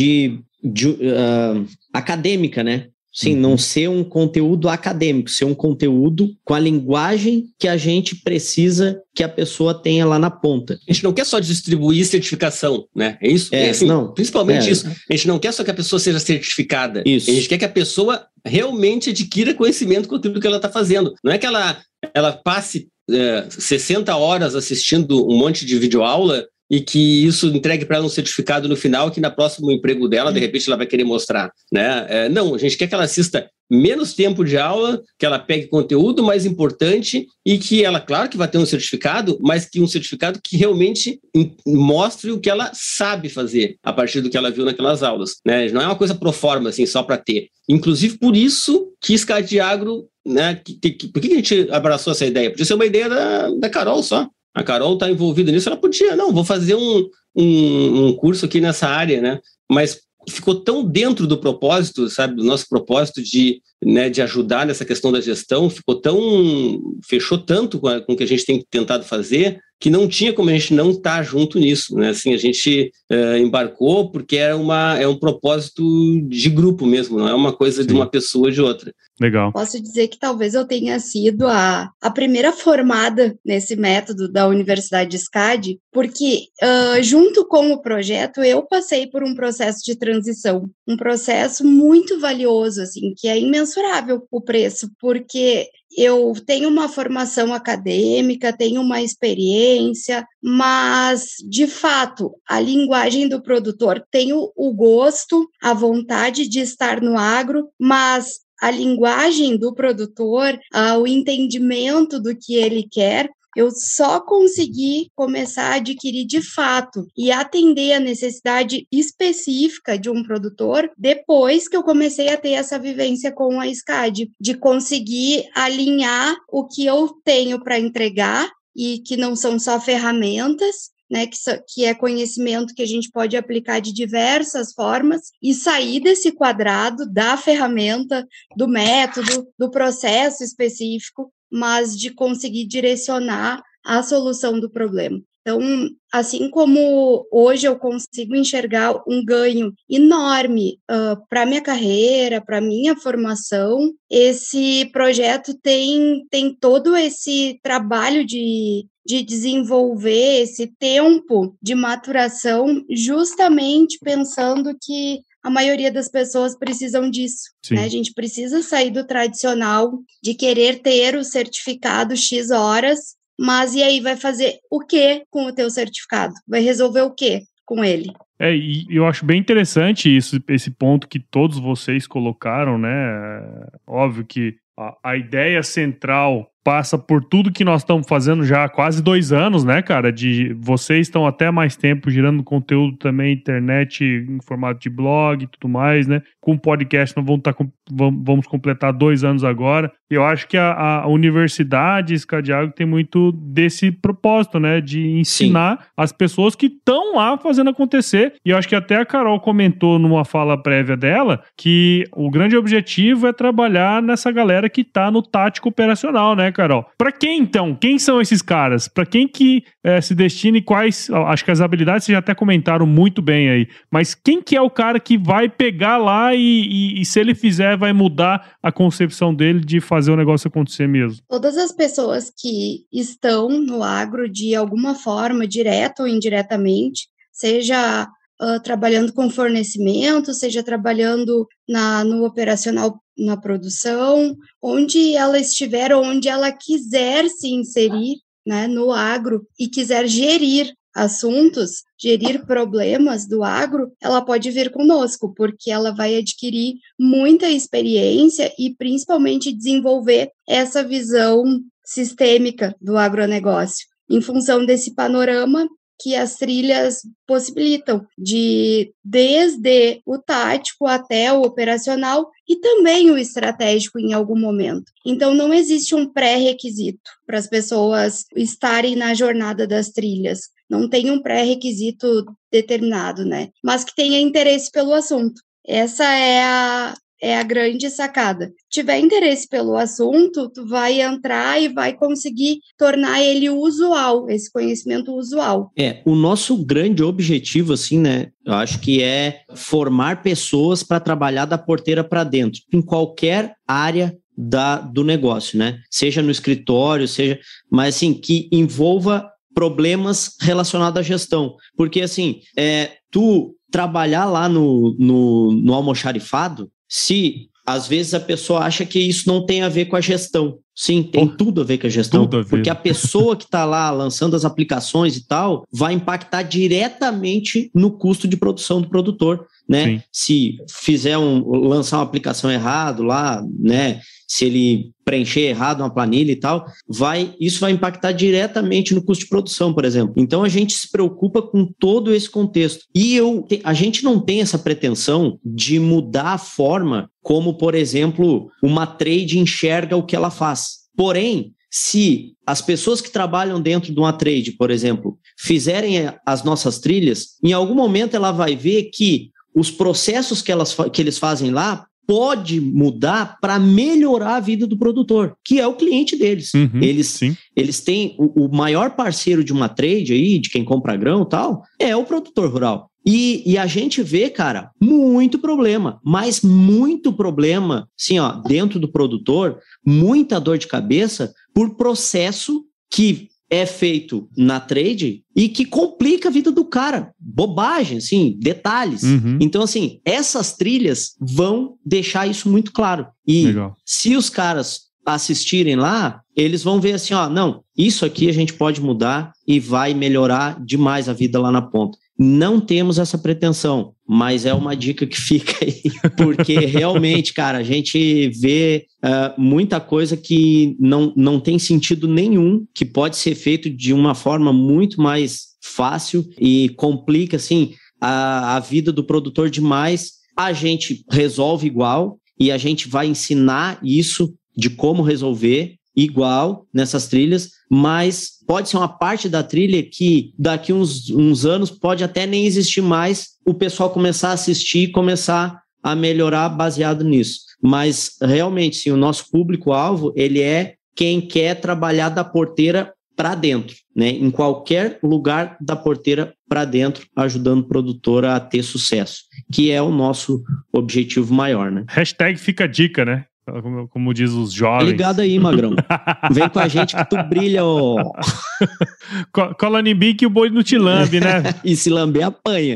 acadêmica, né? Sim, não ser um conteúdo acadêmico, ser um conteúdo com a linguagem que a gente precisa que a pessoa tenha lá na ponta. A gente não quer só distribuir certificação, né? É isso? Assim, não. Principalmente isso. A gente não quer só que a pessoa seja certificada. Isso. A gente quer que a pessoa realmente adquira conhecimento com aquilo que ela está fazendo. Não é que ela passe 60 horas assistindo um monte de videoaula e que isso entregue para ela um certificado no final que na próximo emprego dela, de repente, ela vai querer mostrar, né? Não, a gente quer que ela assista menos tempo de aula, que ela pegue conteúdo mais importante e que ela, claro que vai ter um certificado, mas que um certificado que realmente mostre o que ela sabe fazer a partir do que ela viu naquelas aulas, né? Não é uma coisa pro forma, assim, só para ter. Inclusive, por isso que SCAD Agro, né? Por que a gente abraçou essa ideia? Podia ser uma ideia da Carol só. A Carol está envolvida nisso, ela podia, vou fazer um curso aqui nessa área, né? Mas ficou tão dentro do propósito, sabe, do nosso propósito de ajudar nessa questão da gestão, fechou tanto com o que a gente tem tentado fazer, que não tinha como a gente não estar junto nisso, né? Assim, a gente embarcou porque é um propósito de grupo mesmo, não é uma coisa de uma pessoa ou de outra. Legal. Posso dizer que talvez eu tenha sido a primeira formada nesse método da Universidade SCAD, porque junto com o projeto eu passei por um processo de transição, um processo muito valioso, assim, que é imensurável o preço, porque eu tenho uma formação acadêmica, tenho uma experiência, mas, de fato, a linguagem do produtor, tenho o gosto, a vontade de estar no agro, mas a linguagem do produtor, o entendimento do que ele quer, eu só consegui começar a adquirir de fato e atender a necessidade específica de um produtor depois que eu comecei a ter essa vivência com a SCAD, de conseguir alinhar o que eu tenho para entregar e que não são só ferramentas, né, que é conhecimento que a gente pode aplicar de diversas formas e sair desse quadrado da ferramenta, do método, do processo específico, mas de conseguir direcionar a solução do problema. Então, assim como hoje eu consigo enxergar um ganho enorme para a minha carreira, para a minha formação, esse projeto tem todo esse trabalho de desenvolver esse tempo de maturação, justamente pensando que a maioria das pessoas precisam disso, né? A gente precisa sair do tradicional de querer ter o certificado X horas, mas e aí vai fazer o quê com o teu certificado? Vai resolver o quê com ele? E eu acho bem interessante esse ponto que todos vocês colocaram, né? Óbvio que a ideia central passa por tudo que nós estamos fazendo já há quase 2 anos, né, cara? Vocês estão até mais tempo gerando conteúdo também, internet em formato de blog e tudo mais, né? Com podcast nós vamos completar 2 anos agora. Eu acho que a Universidade SCAD Agro tem muito desse propósito, né? De ensinar as pessoas que estão lá fazendo acontecer. E eu acho que até a Carol comentou numa fala prévia dela que o grande objetivo é trabalhar nessa galera que está no tático operacional, né, Carol? Para quem, então? Quem são esses caras? Para quem que se destina e quais... Acho que as habilidades vocês já até comentaram muito bem aí. Mas quem que é o cara que vai pegar lá e se ele fizer, vai mudar a concepção dele de fazer o negócio acontecer mesmo? Todas as pessoas que estão no agro de alguma forma, direta ou indiretamente, seja trabalhando com fornecimento, seja trabalhando no operacional, na produção, onde ela estiver, onde ela quiser se inserir, né, no agro e quiser gerir assuntos, gerir problemas do agro, ela pode vir conosco, porque ela vai adquirir muita experiência e principalmente desenvolver essa visão sistêmica do agronegócio, em função desse panorama que as trilhas possibilitam, desde o tático até o operacional e também o estratégico em algum momento. Então, não existe um pré-requisito para as pessoas estarem na jornada das trilhas. Não tem um pré-requisito determinado, né? Mas que tenha interesse pelo assunto. Essa é a grande sacada. Se tiver interesse pelo assunto, tu vai entrar e vai conseguir tornar ele usual, esse conhecimento usual. O nosso grande objetivo, assim, né, eu acho que é formar pessoas para trabalhar da porteira para dentro, em qualquer área do negócio, né? Seja no escritório, mas assim, que envolva problemas relacionados à gestão. Porque, assim, tu trabalhar lá no almoxarifado, se às vezes a pessoa acha que isso não tem a ver com a gestão. Sim, tem tudo a ver com a gestão. Porque a pessoa que está lá lançando as aplicações e tal, vai impactar diretamente no custo de produção do produtor, né? Sim. Se lançar uma aplicação errado lá, né? Se ele preencher errado uma planilha e tal, isso vai impactar diretamente no custo de produção, por exemplo. Então, a gente se preocupa com todo esse contexto. E a gente não tem essa pretensão de mudar a forma como, por exemplo, uma trade enxerga o que ela faz. Porém, se as pessoas que trabalham dentro de uma trade, por exemplo, fizerem as nossas trilhas, em algum momento ela vai ver que os processos que eles fazem lá pode mudar para melhorar a vida do produtor, que é o cliente deles. Eles têm o maior parceiro de uma trade aí, de quem compra grão e tal, é o produtor rural. E a gente vê, cara, muito problema, mas muito problema, assim, ó, dentro do produtor, muita dor de cabeça por processo que é feito na trade e que complica a vida do cara. Bobagem, assim, detalhes. Então, assim, essas trilhas vão deixar isso muito claro. E se os caras assistirem lá, eles vão ver assim, ó, não, isso aqui a gente pode mudar e vai melhorar demais a vida lá na ponta. Não temos essa pretensão, mas é uma dica que fica aí, porque realmente, cara, a gente vê muita coisa que não tem sentido nenhum, que pode ser feito de uma forma muito mais fácil e complica, assim, a vida do produtor demais. A gente resolve igual e a gente vai ensinar isso de como resolver igual nessas trilhas, mas pode ser uma parte da trilha que daqui uns anos pode até nem existir mais, o pessoal começar a assistir e começar a melhorar baseado nisso. Mas realmente, sim, o nosso público-alvo, ele é quem quer trabalhar da porteira para dentro, né? Em qualquer lugar da porteira para dentro, ajudando o produtor a ter sucesso, que é o nosso objetivo maior, né? Hashtag fica a dica, né? Como diz os jovens. Ligado aí, Magrão. Vem com a gente que tu brilha, ó. Cola em bico e o boi não te lambe, né? E se lamber, apanha.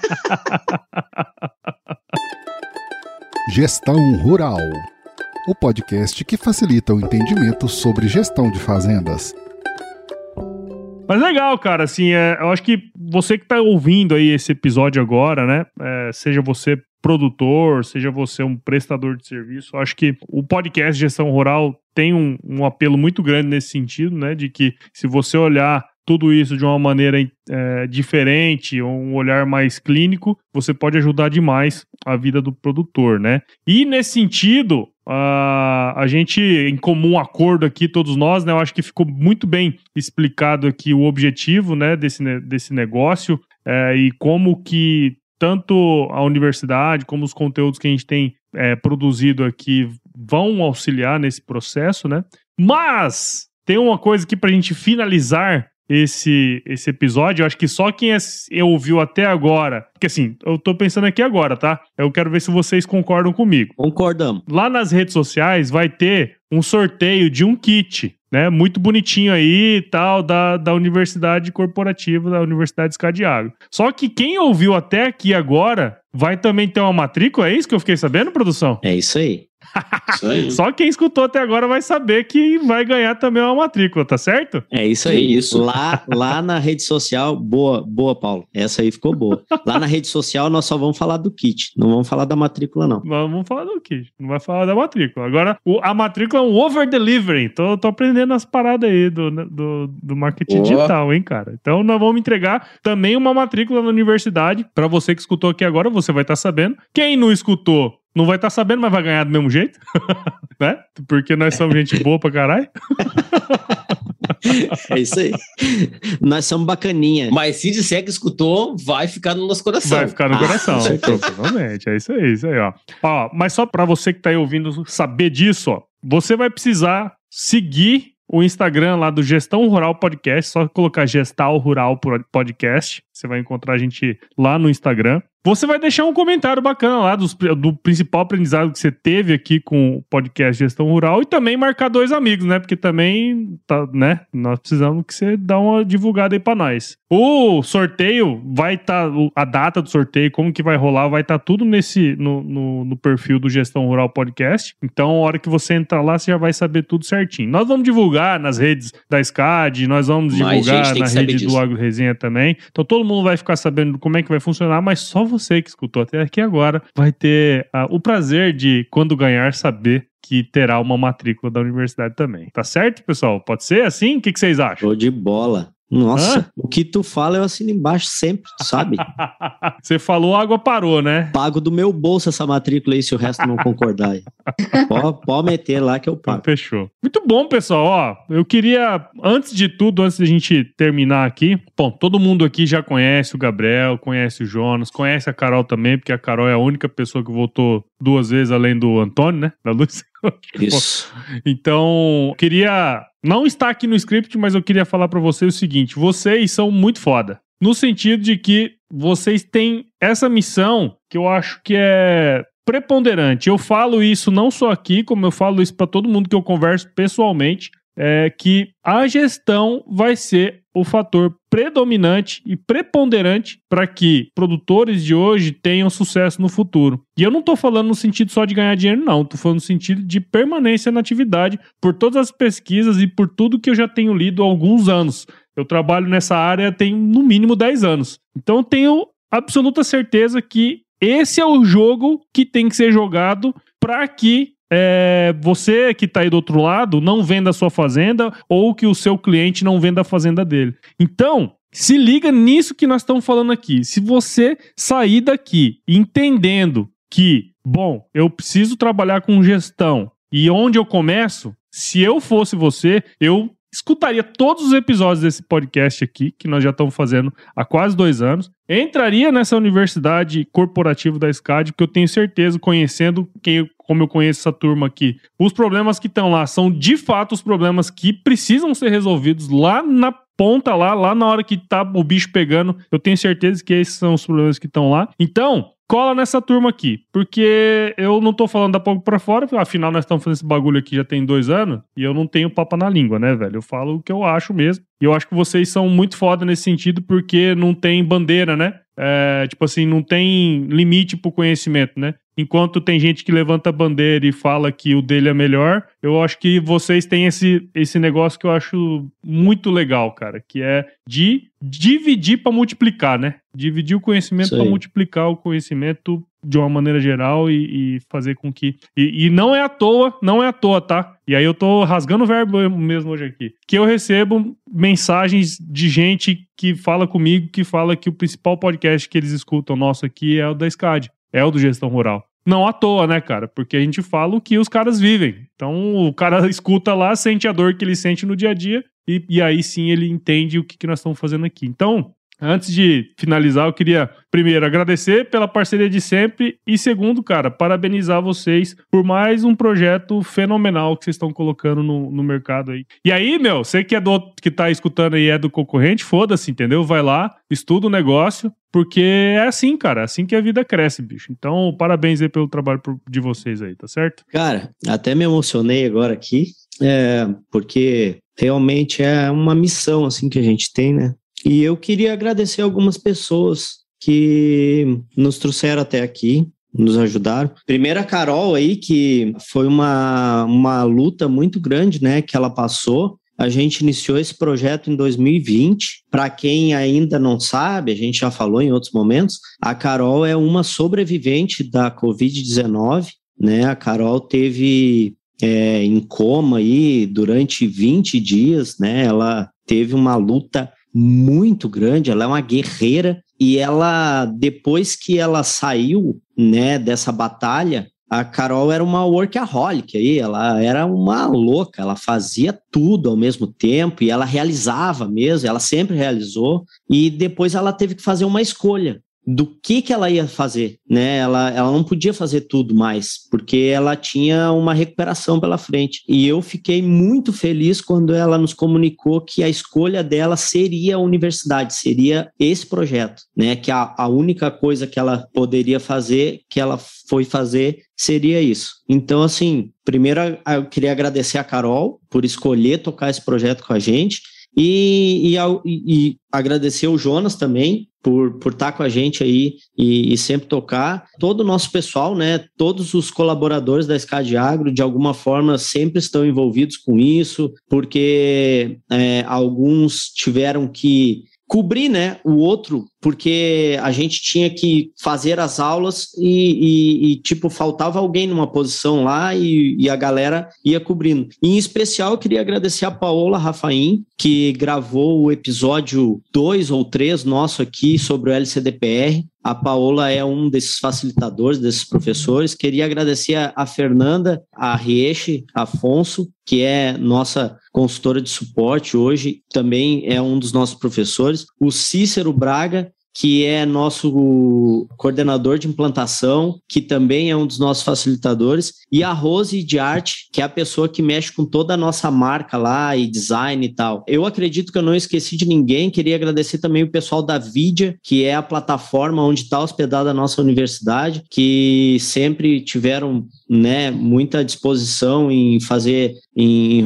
Gestão Rural, o podcast que facilita o entendimento sobre gestão de fazendas. Mas legal, cara, assim, eu acho que você que tá ouvindo aí esse episódio agora, né, seja você produtor, seja você um prestador de serviço, eu acho que o podcast Gestão Rural tem um apelo muito grande nesse sentido, né, de que se você olhar tudo isso de uma maneira diferente, ou um olhar mais clínico, você pode ajudar demais a vida do produtor, né? E nesse sentido, a gente, em comum acordo aqui, todos nós, né? Eu acho que ficou muito bem explicado aqui o objetivo, né, desse negócio e como que tanto a universidade como os conteúdos que a gente tem produzido aqui vão auxiliar nesse processo, né? Mas tem uma coisa aqui pra gente finalizar esse episódio. Eu acho que só quem ouviu até agora, porque assim, eu tô pensando aqui agora, tá? Eu quero ver se vocês concordam comigo. Concordamos. Lá nas redes sociais vai ter um sorteio de um kit, né? Muito bonitinho aí e tal, da Universidade Corporativa, da Universidade SCAD Agro. Só que quem ouviu até aqui agora vai também ter uma matrícula, é isso que eu fiquei sabendo, produção? É isso aí. Isso aí. Só quem escutou até agora vai saber que vai ganhar também uma matrícula, tá certo? É isso aí. É isso. Lá na rede social, boa, Paulo. Essa aí ficou boa. Lá na rede social nós só vamos falar do kit, não vamos falar da matrícula, não. Vamos falar do kit, não vai falar da matrícula. Agora, a matrícula é um over-delivery. Tô aprendendo as paradas aí do marketing digital, hein, cara? Então nós vamos entregar também uma matrícula na universidade. Pra você que escutou aqui agora, você vai estar sabendo. Quem não escutou, não vai estar sabendo, mas vai ganhar do mesmo jeito, né? Porque nós somos gente boa pra caralho. É isso aí. Nós somos bacaninha. Mas se disser que escutou, vai ficar no nosso coração. Vai ficar no coração, provavelmente. É isso aí, ó. Mas só pra você que tá aí ouvindo saber disso, ó, você vai precisar seguir o Instagram lá do Gestão Rural Podcast, só colocar Gestão Rural Podcast, você vai encontrar a gente lá no Instagram. Você vai deixar um comentário bacana lá do principal aprendizado que você teve aqui com o podcast Gestão Rural e também marcar 2 amigos, né? Porque também, né? Nós precisamos que você dá uma divulgada aí pra nós. O sorteio vai estar, a data do sorteio, como que vai rolar, vai estar tudo no perfil do Gestão Rural Podcast. Então, a hora que você entrar lá, você já vai saber tudo certinho. Nós vamos divulgar nas redes da SCAD, nós vamos divulgar na rede do Agro Resenha também. Então, todo mundo vai ficar sabendo como é que vai funcionar, mas só você que escutou até aqui agora vai ter o prazer de, quando ganhar, saber que terá uma matrícula da universidade também. Tá certo, pessoal? Pode ser assim? O que vocês acham? Show de bola. Nossa, o que tu fala eu assino embaixo sempre, tu sabe? Você falou, a água parou, né? Pago do meu bolso essa matrícula aí, se o resto não concordar aí. Pode meter lá que eu pago. Então, fechou. Muito bom, pessoal. Ó, eu queria, antes de tudo, antes de a gente terminar aqui, bom, todo mundo aqui já conhece o Gabriel, conhece o Jonas, conhece a Carol também, porque a Carol é a única pessoa que votou 2 vezes além do Antônio, né? Da Lúcia. Isso. Então, queria... Não está aqui no script, mas eu queria falar pra vocês o seguinte. Vocês são muito foda. No sentido de que vocês têm essa missão que eu acho que é preponderante. Eu falo isso não só aqui, como eu falo isso pra todo mundo que eu converso pessoalmente, que a gestão vai ser o fator predominante e preponderante para que produtores de hoje tenham sucesso no futuro. E eu não estou falando no sentido só de ganhar dinheiro, não. Estou falando no sentido de permanência na atividade, por todas as pesquisas e por tudo que eu já tenho lido há alguns anos. Eu trabalho nessa área tem no mínimo 10 anos. Então eu tenho absoluta certeza que esse é o jogo que tem que ser jogado para que você que está aí do outro lado não venda a sua fazenda ou que o seu cliente não venda a fazenda dele. Então, se liga nisso que nós estamos falando aqui. Se você sair daqui entendendo que, bom, eu preciso trabalhar com gestão e onde eu começo, se eu fosse você, eu escutaria todos os episódios desse podcast aqui, que nós já estamos fazendo há quase 2 anos, entraria nessa universidade corporativa da SCAD, porque eu tenho certeza, conhecendo como eu conheço essa turma aqui, os problemas que estão lá são de fato os problemas que precisam ser resolvidos lá na ponta, lá na hora que tá o bicho pegando. Eu tenho certeza que esses são os problemas que estão lá. Então, cola nessa turma aqui, porque eu não tô falando da pouco pra fora, afinal nós estamos fazendo esse bagulho aqui já tem 2 anos, e eu não tenho papo na língua, né, velho? Eu falo o que eu acho mesmo. E eu acho que vocês são muito foda nesse sentido, porque não tem bandeira, né? Tipo assim, não tem limite pro conhecimento, né? Enquanto tem gente que levanta a bandeira e fala que o dele é melhor, eu acho que vocês têm esse negócio que eu acho muito legal, cara, que é de dividir para multiplicar, né? Dividir o conhecimento para multiplicar o conhecimento de uma maneira geral e fazer com que... E não é à toa, tá? E aí eu tô rasgando o verbo mesmo hoje aqui. Que eu recebo mensagens de gente que fala comigo, que fala que o principal podcast que eles escutam nosso aqui é o da SCAD, é o do Gestão Rural. Não à toa, né, cara? Porque a gente fala o que os caras vivem. Então o cara escuta lá, sente a dor que ele sente no dia a dia e aí sim ele entende o que nós estamos fazendo aqui. Então... Antes de finalizar, eu queria, primeiro, agradecer pela parceria de sempre e, segundo, cara, parabenizar vocês por mais um projeto fenomenal que vocês estão colocando no mercado aí. E aí, meu, você que que tá escutando aí é do concorrente, foda-se, entendeu? Vai lá, estuda o negócio, porque é assim, cara, é assim que a vida cresce, bicho. Então, parabéns aí pelo trabalho de vocês aí, tá certo? Cara, até me emocionei agora aqui, porque realmente é uma missão, assim, que a gente tem, né? E eu queria agradecer algumas pessoas que nos trouxeram até aqui, nos ajudaram. Primeiro a Carol aí, que foi uma luta muito grande, né, que ela passou. A gente iniciou esse projeto em 2020. Para quem ainda não sabe, a gente já falou em outros momentos, a Carol é uma sobrevivente da Covid-19, né? A Carol teve em coma aí durante 20 dias, né? Ela teve uma luta muito grande, ela é uma guerreira e ela, depois que ela saiu, né, dessa batalha, a Carol era uma workaholic aí, ela era uma louca, ela fazia tudo ao mesmo tempo e ela realizava mesmo, ela sempre realizou e depois ela teve que fazer uma escolha do que ela ia fazer, né? Ela não podia fazer tudo mais, porque ela tinha uma recuperação pela frente. E eu fiquei muito feliz quando ela nos comunicou que a escolha dela seria a universidade, seria esse projeto, né? Que a única coisa que ela poderia fazer, que ela foi fazer, seria isso. Então, assim, primeiro eu queria agradecer a Carol por escolher tocar esse projeto com a gente e agradecer o Jonas também, por estar com a gente aí e sempre tocar. Todo o nosso pessoal, né, todos os colaboradores da SCAD Agro, de alguma forma, sempre estão envolvidos com isso, porque alguns tiveram que cobrir, né, o outro, porque a gente tinha que fazer as aulas e tipo, faltava alguém numa posição lá e a galera ia cobrindo. Em especial, eu queria agradecer a Paola Rafaim, que gravou o episódio 2 ou 3 nosso aqui sobre o LCDPR, A Paola é um desses facilitadores, desses professores. Queria agradecer a Fernanda, a Rieche Afonso, que é nossa consultora de suporte hoje, também é um dos nossos professores. O Cícero Braga, que é nosso coordenador de implantação, que também é um dos nossos facilitadores, e a Rose de Arte, que é a pessoa que mexe com toda a nossa marca lá e design e tal. Eu acredito que eu não esqueci de ninguém, queria agradecer também o pessoal da Vidia, que é a plataforma onde está hospedada a nossa universidade, que sempre tiveram, né, muita disposição em fazer, em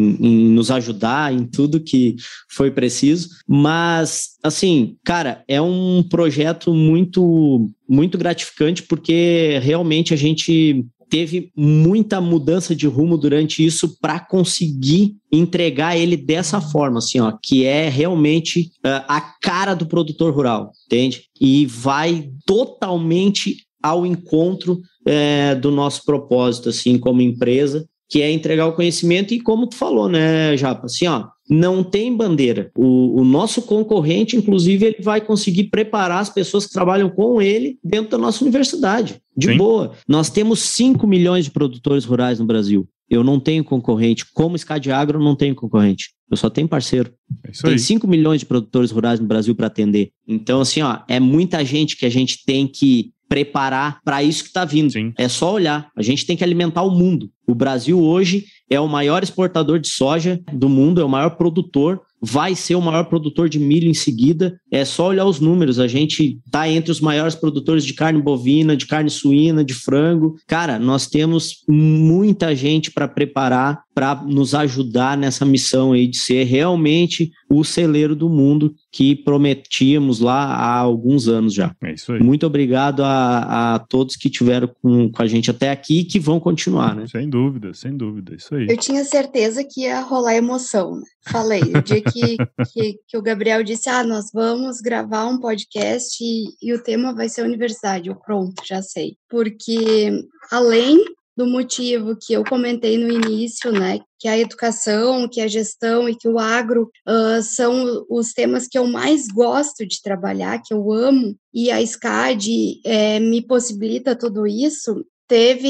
nos ajudar em tudo que foi preciso, mas assim, cara, é um projeto muito, muito gratificante, porque realmente a gente teve muita mudança de rumo durante isso para conseguir entregar ele dessa forma, assim, ó, que é realmente a cara do produtor rural, entende? E vai totalmente ao encontro do nosso propósito, assim, como empresa, que é entregar o conhecimento. E como tu falou, né, Japa, assim, ó, não tem bandeira. O nosso concorrente, inclusive, ele vai conseguir preparar as pessoas que trabalham com ele dentro da nossa universidade. De boa. Nós temos 5 milhões de produtores rurais no Brasil. Eu não tenho concorrente. Como Scadiagro, eu não tenho concorrente. Eu só tenho parceiro. Tem 5 milhões de produtores rurais no Brasil para atender. Então, assim, ó, é muita gente que a gente tem que preparar para isso que está vindo. Sim. É só olhar. A gente tem que alimentar o mundo. O Brasil hoje é o maior exportador de soja do mundo, é o maior produtor, vai ser o maior produtor de milho em seguida. É só olhar os números. A gente está entre os maiores produtores de carne bovina, de carne suína, de frango. Cara, nós temos muita gente para preparar, para nos ajudar nessa missão aí de ser realmente o celeiro do mundo que prometíamos lá há alguns anos já. É isso aí. Muito obrigado a todos que tiveram com a gente até aqui e que vão continuar, né? Sem dúvida, isso aí. Eu tinha certeza que ia rolar emoção, né? Falei, o dia que o Gabriel disse, nós vamos gravar um podcast e o tema vai ser universidade. Eu, pronto, já sei. Porque além do motivo que eu comentei no início, né, que a educação, que a gestão e que o agro são os temas que eu mais gosto de trabalhar, que eu amo, e a SCAD me possibilita tudo isso, teve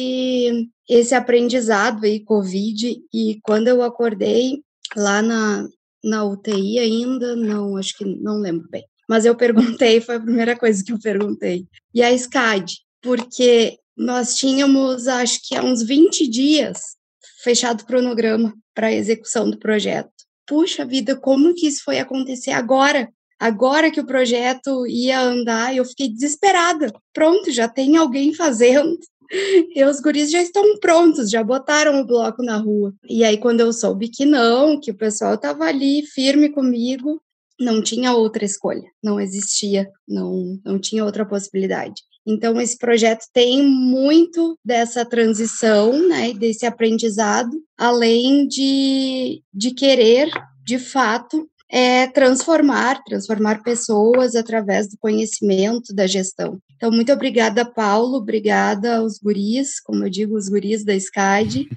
esse aprendizado aí, Covid, e quando eu acordei lá na UTI ainda, acho que não lembro bem, mas eu perguntei, foi a primeira coisa que eu perguntei, e a SCAD, porque nós tínhamos, acho que há uns 20 dias, fechado o cronograma para a execução do projeto. Puxa vida, como que isso foi acontecer agora? Agora que o projeto ia andar, eu fiquei desesperada. Pronto, já tem alguém fazendo. E os guris já estão prontos, já botaram o bloco na rua. E aí, quando eu soube que não, que o pessoal estava ali firme comigo, não tinha outra escolha, não existia, não tinha outra possibilidade. Então, esse projeto tem muito dessa transição, né, desse aprendizado, além de querer, de fato, transformar pessoas através do conhecimento, da gestão. Então, muito obrigada, Paulo, obrigada aos guris, como eu digo, os guris da SCAD,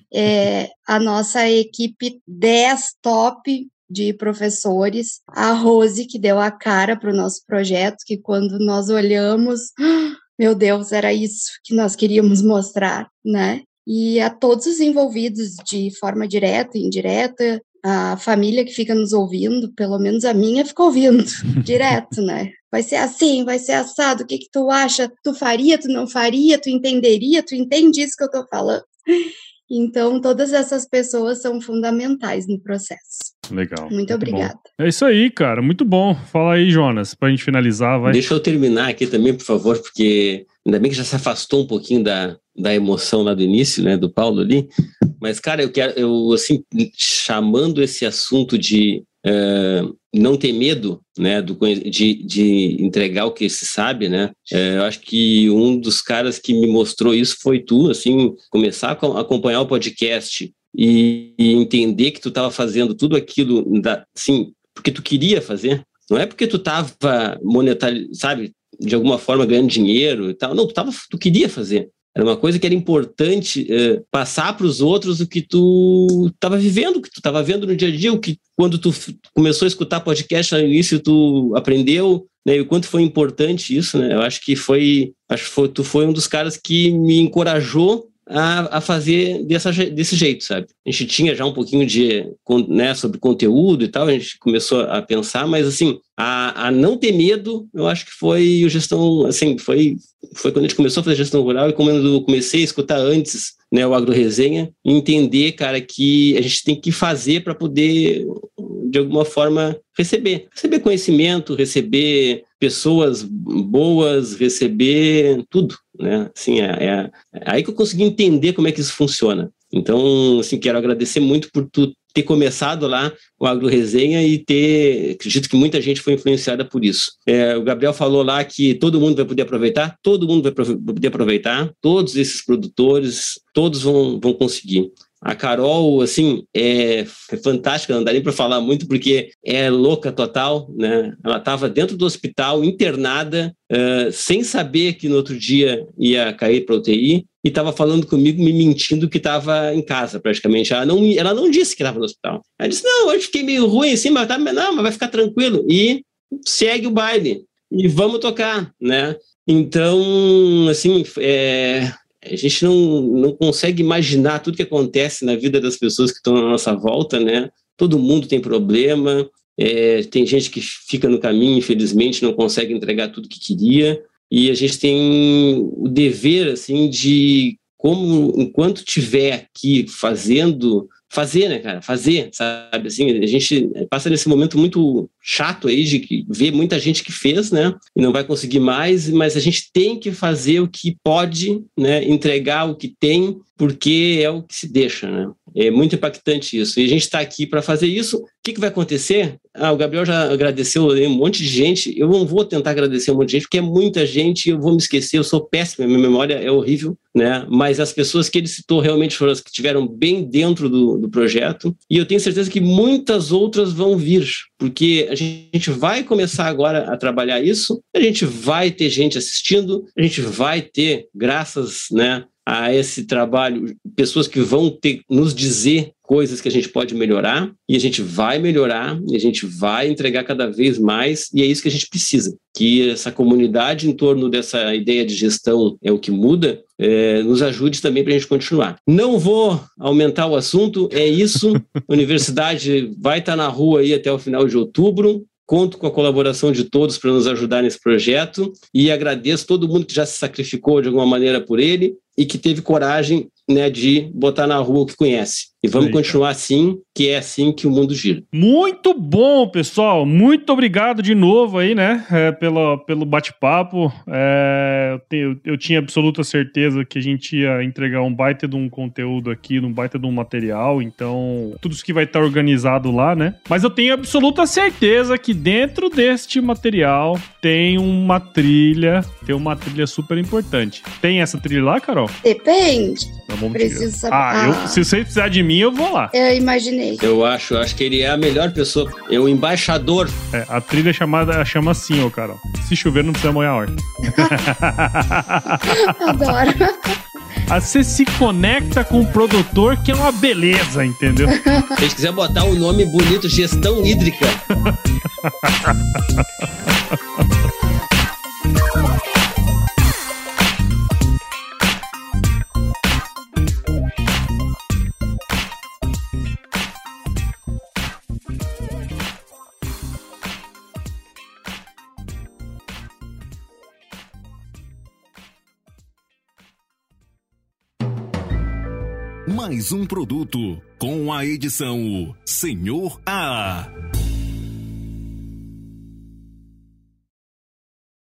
a nossa equipe 10 top de professores, a Rose, que deu a cara para o nosso projeto, que quando nós olhamos, meu Deus, era isso que nós queríamos mostrar, né? E a todos os envolvidos de forma direta e indireta, a família que fica nos ouvindo, pelo menos a minha fica ouvindo direto, né? Vai ser assim, vai ser assado, o que tu acha? Tu faria, tu não faria, tu entenderia, tu entende isso que eu tô falando? Então, todas essas pessoas são fundamentais no processo. Legal. Muito obrigada. Bom. É isso aí, cara. Muito bom. Fala aí, Jonas, pra gente finalizar, vai. Deixa eu terminar aqui também, por favor, porque ainda bem que já se afastou um pouquinho da emoção lá do início, né, do Paulo ali. Mas, cara, eu assim, chamando esse assunto de não ter medo, né, de entregar o que se sabe, né, eu acho que um dos caras que me mostrou isso foi tu, assim, começar a acompanhar o podcast e entender que tu estava fazendo tudo aquilo, assim, porque tu queria fazer, não é porque tu estava monetarizando, sabe, de alguma forma ganhando dinheiro e tal, não, tu queria fazer. Era uma coisa que era importante passar para os outros o que tu estava vivendo, o que tu estava vendo no dia a dia, o que quando tu começou a escutar podcast no início tu aprendeu, né? E o quanto foi importante isso, né? Eu acho que tu foi um dos caras que me encorajou a fazer desse jeito, sabe? A gente tinha já um pouquinho né, sobre conteúdo e tal, a gente começou a pensar, mas assim, a não ter medo, eu acho que foi o gestão, assim, foi quando a gente começou a fazer gestão rural e quando eu comecei a escutar antes, né, o Agro Resenha, entender, cara, que a gente tem que fazer para poder, de alguma forma, receber conhecimento, receber pessoas boas, receber tudo, né? Assim, é aí que eu consegui entender como é que isso funciona. Então, assim, quero agradecer muito por tu ter começado lá o Agro Resenha e acredito que muita gente foi influenciada por isso. O Gabriel falou lá que todo mundo vai poder aproveitar, todo mundo vai poder aproveitar, todos esses produtores, todos vão conseguir. A Carol, assim, é fantástica, não dá nem para falar muito, porque é louca total, né? Ela estava dentro do hospital, internada, sem saber que no outro dia ia cair para UTI, e estava falando comigo, me mentindo que estava em casa, praticamente. Ela não disse que estava no hospital. Ela disse, não, hoje fiquei meio ruim, assim, mas vai ficar tranquilo. E segue o baile, e vamos tocar, né? Então, assim, a gente não consegue imaginar tudo que acontece na vida das pessoas que estão à nossa volta, né? Todo mundo tem problema, tem gente que fica no caminho, infelizmente, não consegue entregar tudo que queria, e a gente tem o dever, assim, de como, enquanto tiver aqui fazer, né, cara? Fazer, sabe? Assim, a gente passa nesse momento muito chato aí de ver muita gente que fez, né? E não vai conseguir mais, mas a gente tem que fazer o que pode, né? Entregar o que tem, porque é o que se deixa, né? É muito impactante isso. E a gente está aqui para fazer isso. O que vai acontecer? O Gabriel já agradeceu um monte de gente. Eu não vou tentar agradecer um monte de gente, porque é muita gente, eu vou me esquecer, eu sou péssimo, minha memória é horrível, né? Mas as pessoas que ele citou realmente foram as que estiveram bem dentro do projeto, e eu tenho certeza que muitas outras vão vir, porque a gente vai começar agora a trabalhar isso, a gente vai ter gente assistindo, a gente vai ter, graças, né, a esse trabalho, pessoas que vão nos dizer coisas que a gente pode melhorar, e a gente vai melhorar, e a gente vai entregar cada vez mais, e é isso que a gente precisa, que essa comunidade em torno dessa ideia de gestão é o que muda, nos ajude também para a gente continuar. Não vou aumentar o assunto, é isso, a universidade vai estar na rua aí até o final de outubro, conto com a colaboração de todos para nos ajudar nesse projeto, e agradeço todo mundo que já se sacrificou de alguma maneira por ele, e que teve coragem, né, de botar na rua o que conhece. E vamos continuar assim, que é assim que o mundo gira. Muito bom, pessoal. Muito obrigado de novo aí, né, pelo bate-papo. Eu tinha absoluta certeza que a gente ia entregar um baita de um conteúdo aqui, um baita de um material, então tudo isso que vai estar organizado lá, né? Mas eu tenho absoluta certeza que dentro deste material tem uma trilha super importante. Tem essa trilha lá, Carol? Depende. Preciso saber. Se você precisar de mim, eu vou lá. Eu imaginei. Eu acho que ele é a melhor pessoa. É o embaixador. A trilha chama assim, ô Carol. Se chover, não precisa molhar a horta. Adoro. Você se conecta com o produtor, que é uma beleza, entendeu? Se vocês quiserem botar um nome bonito, gestão hídrica. Mais um produto com a edição Senhor A.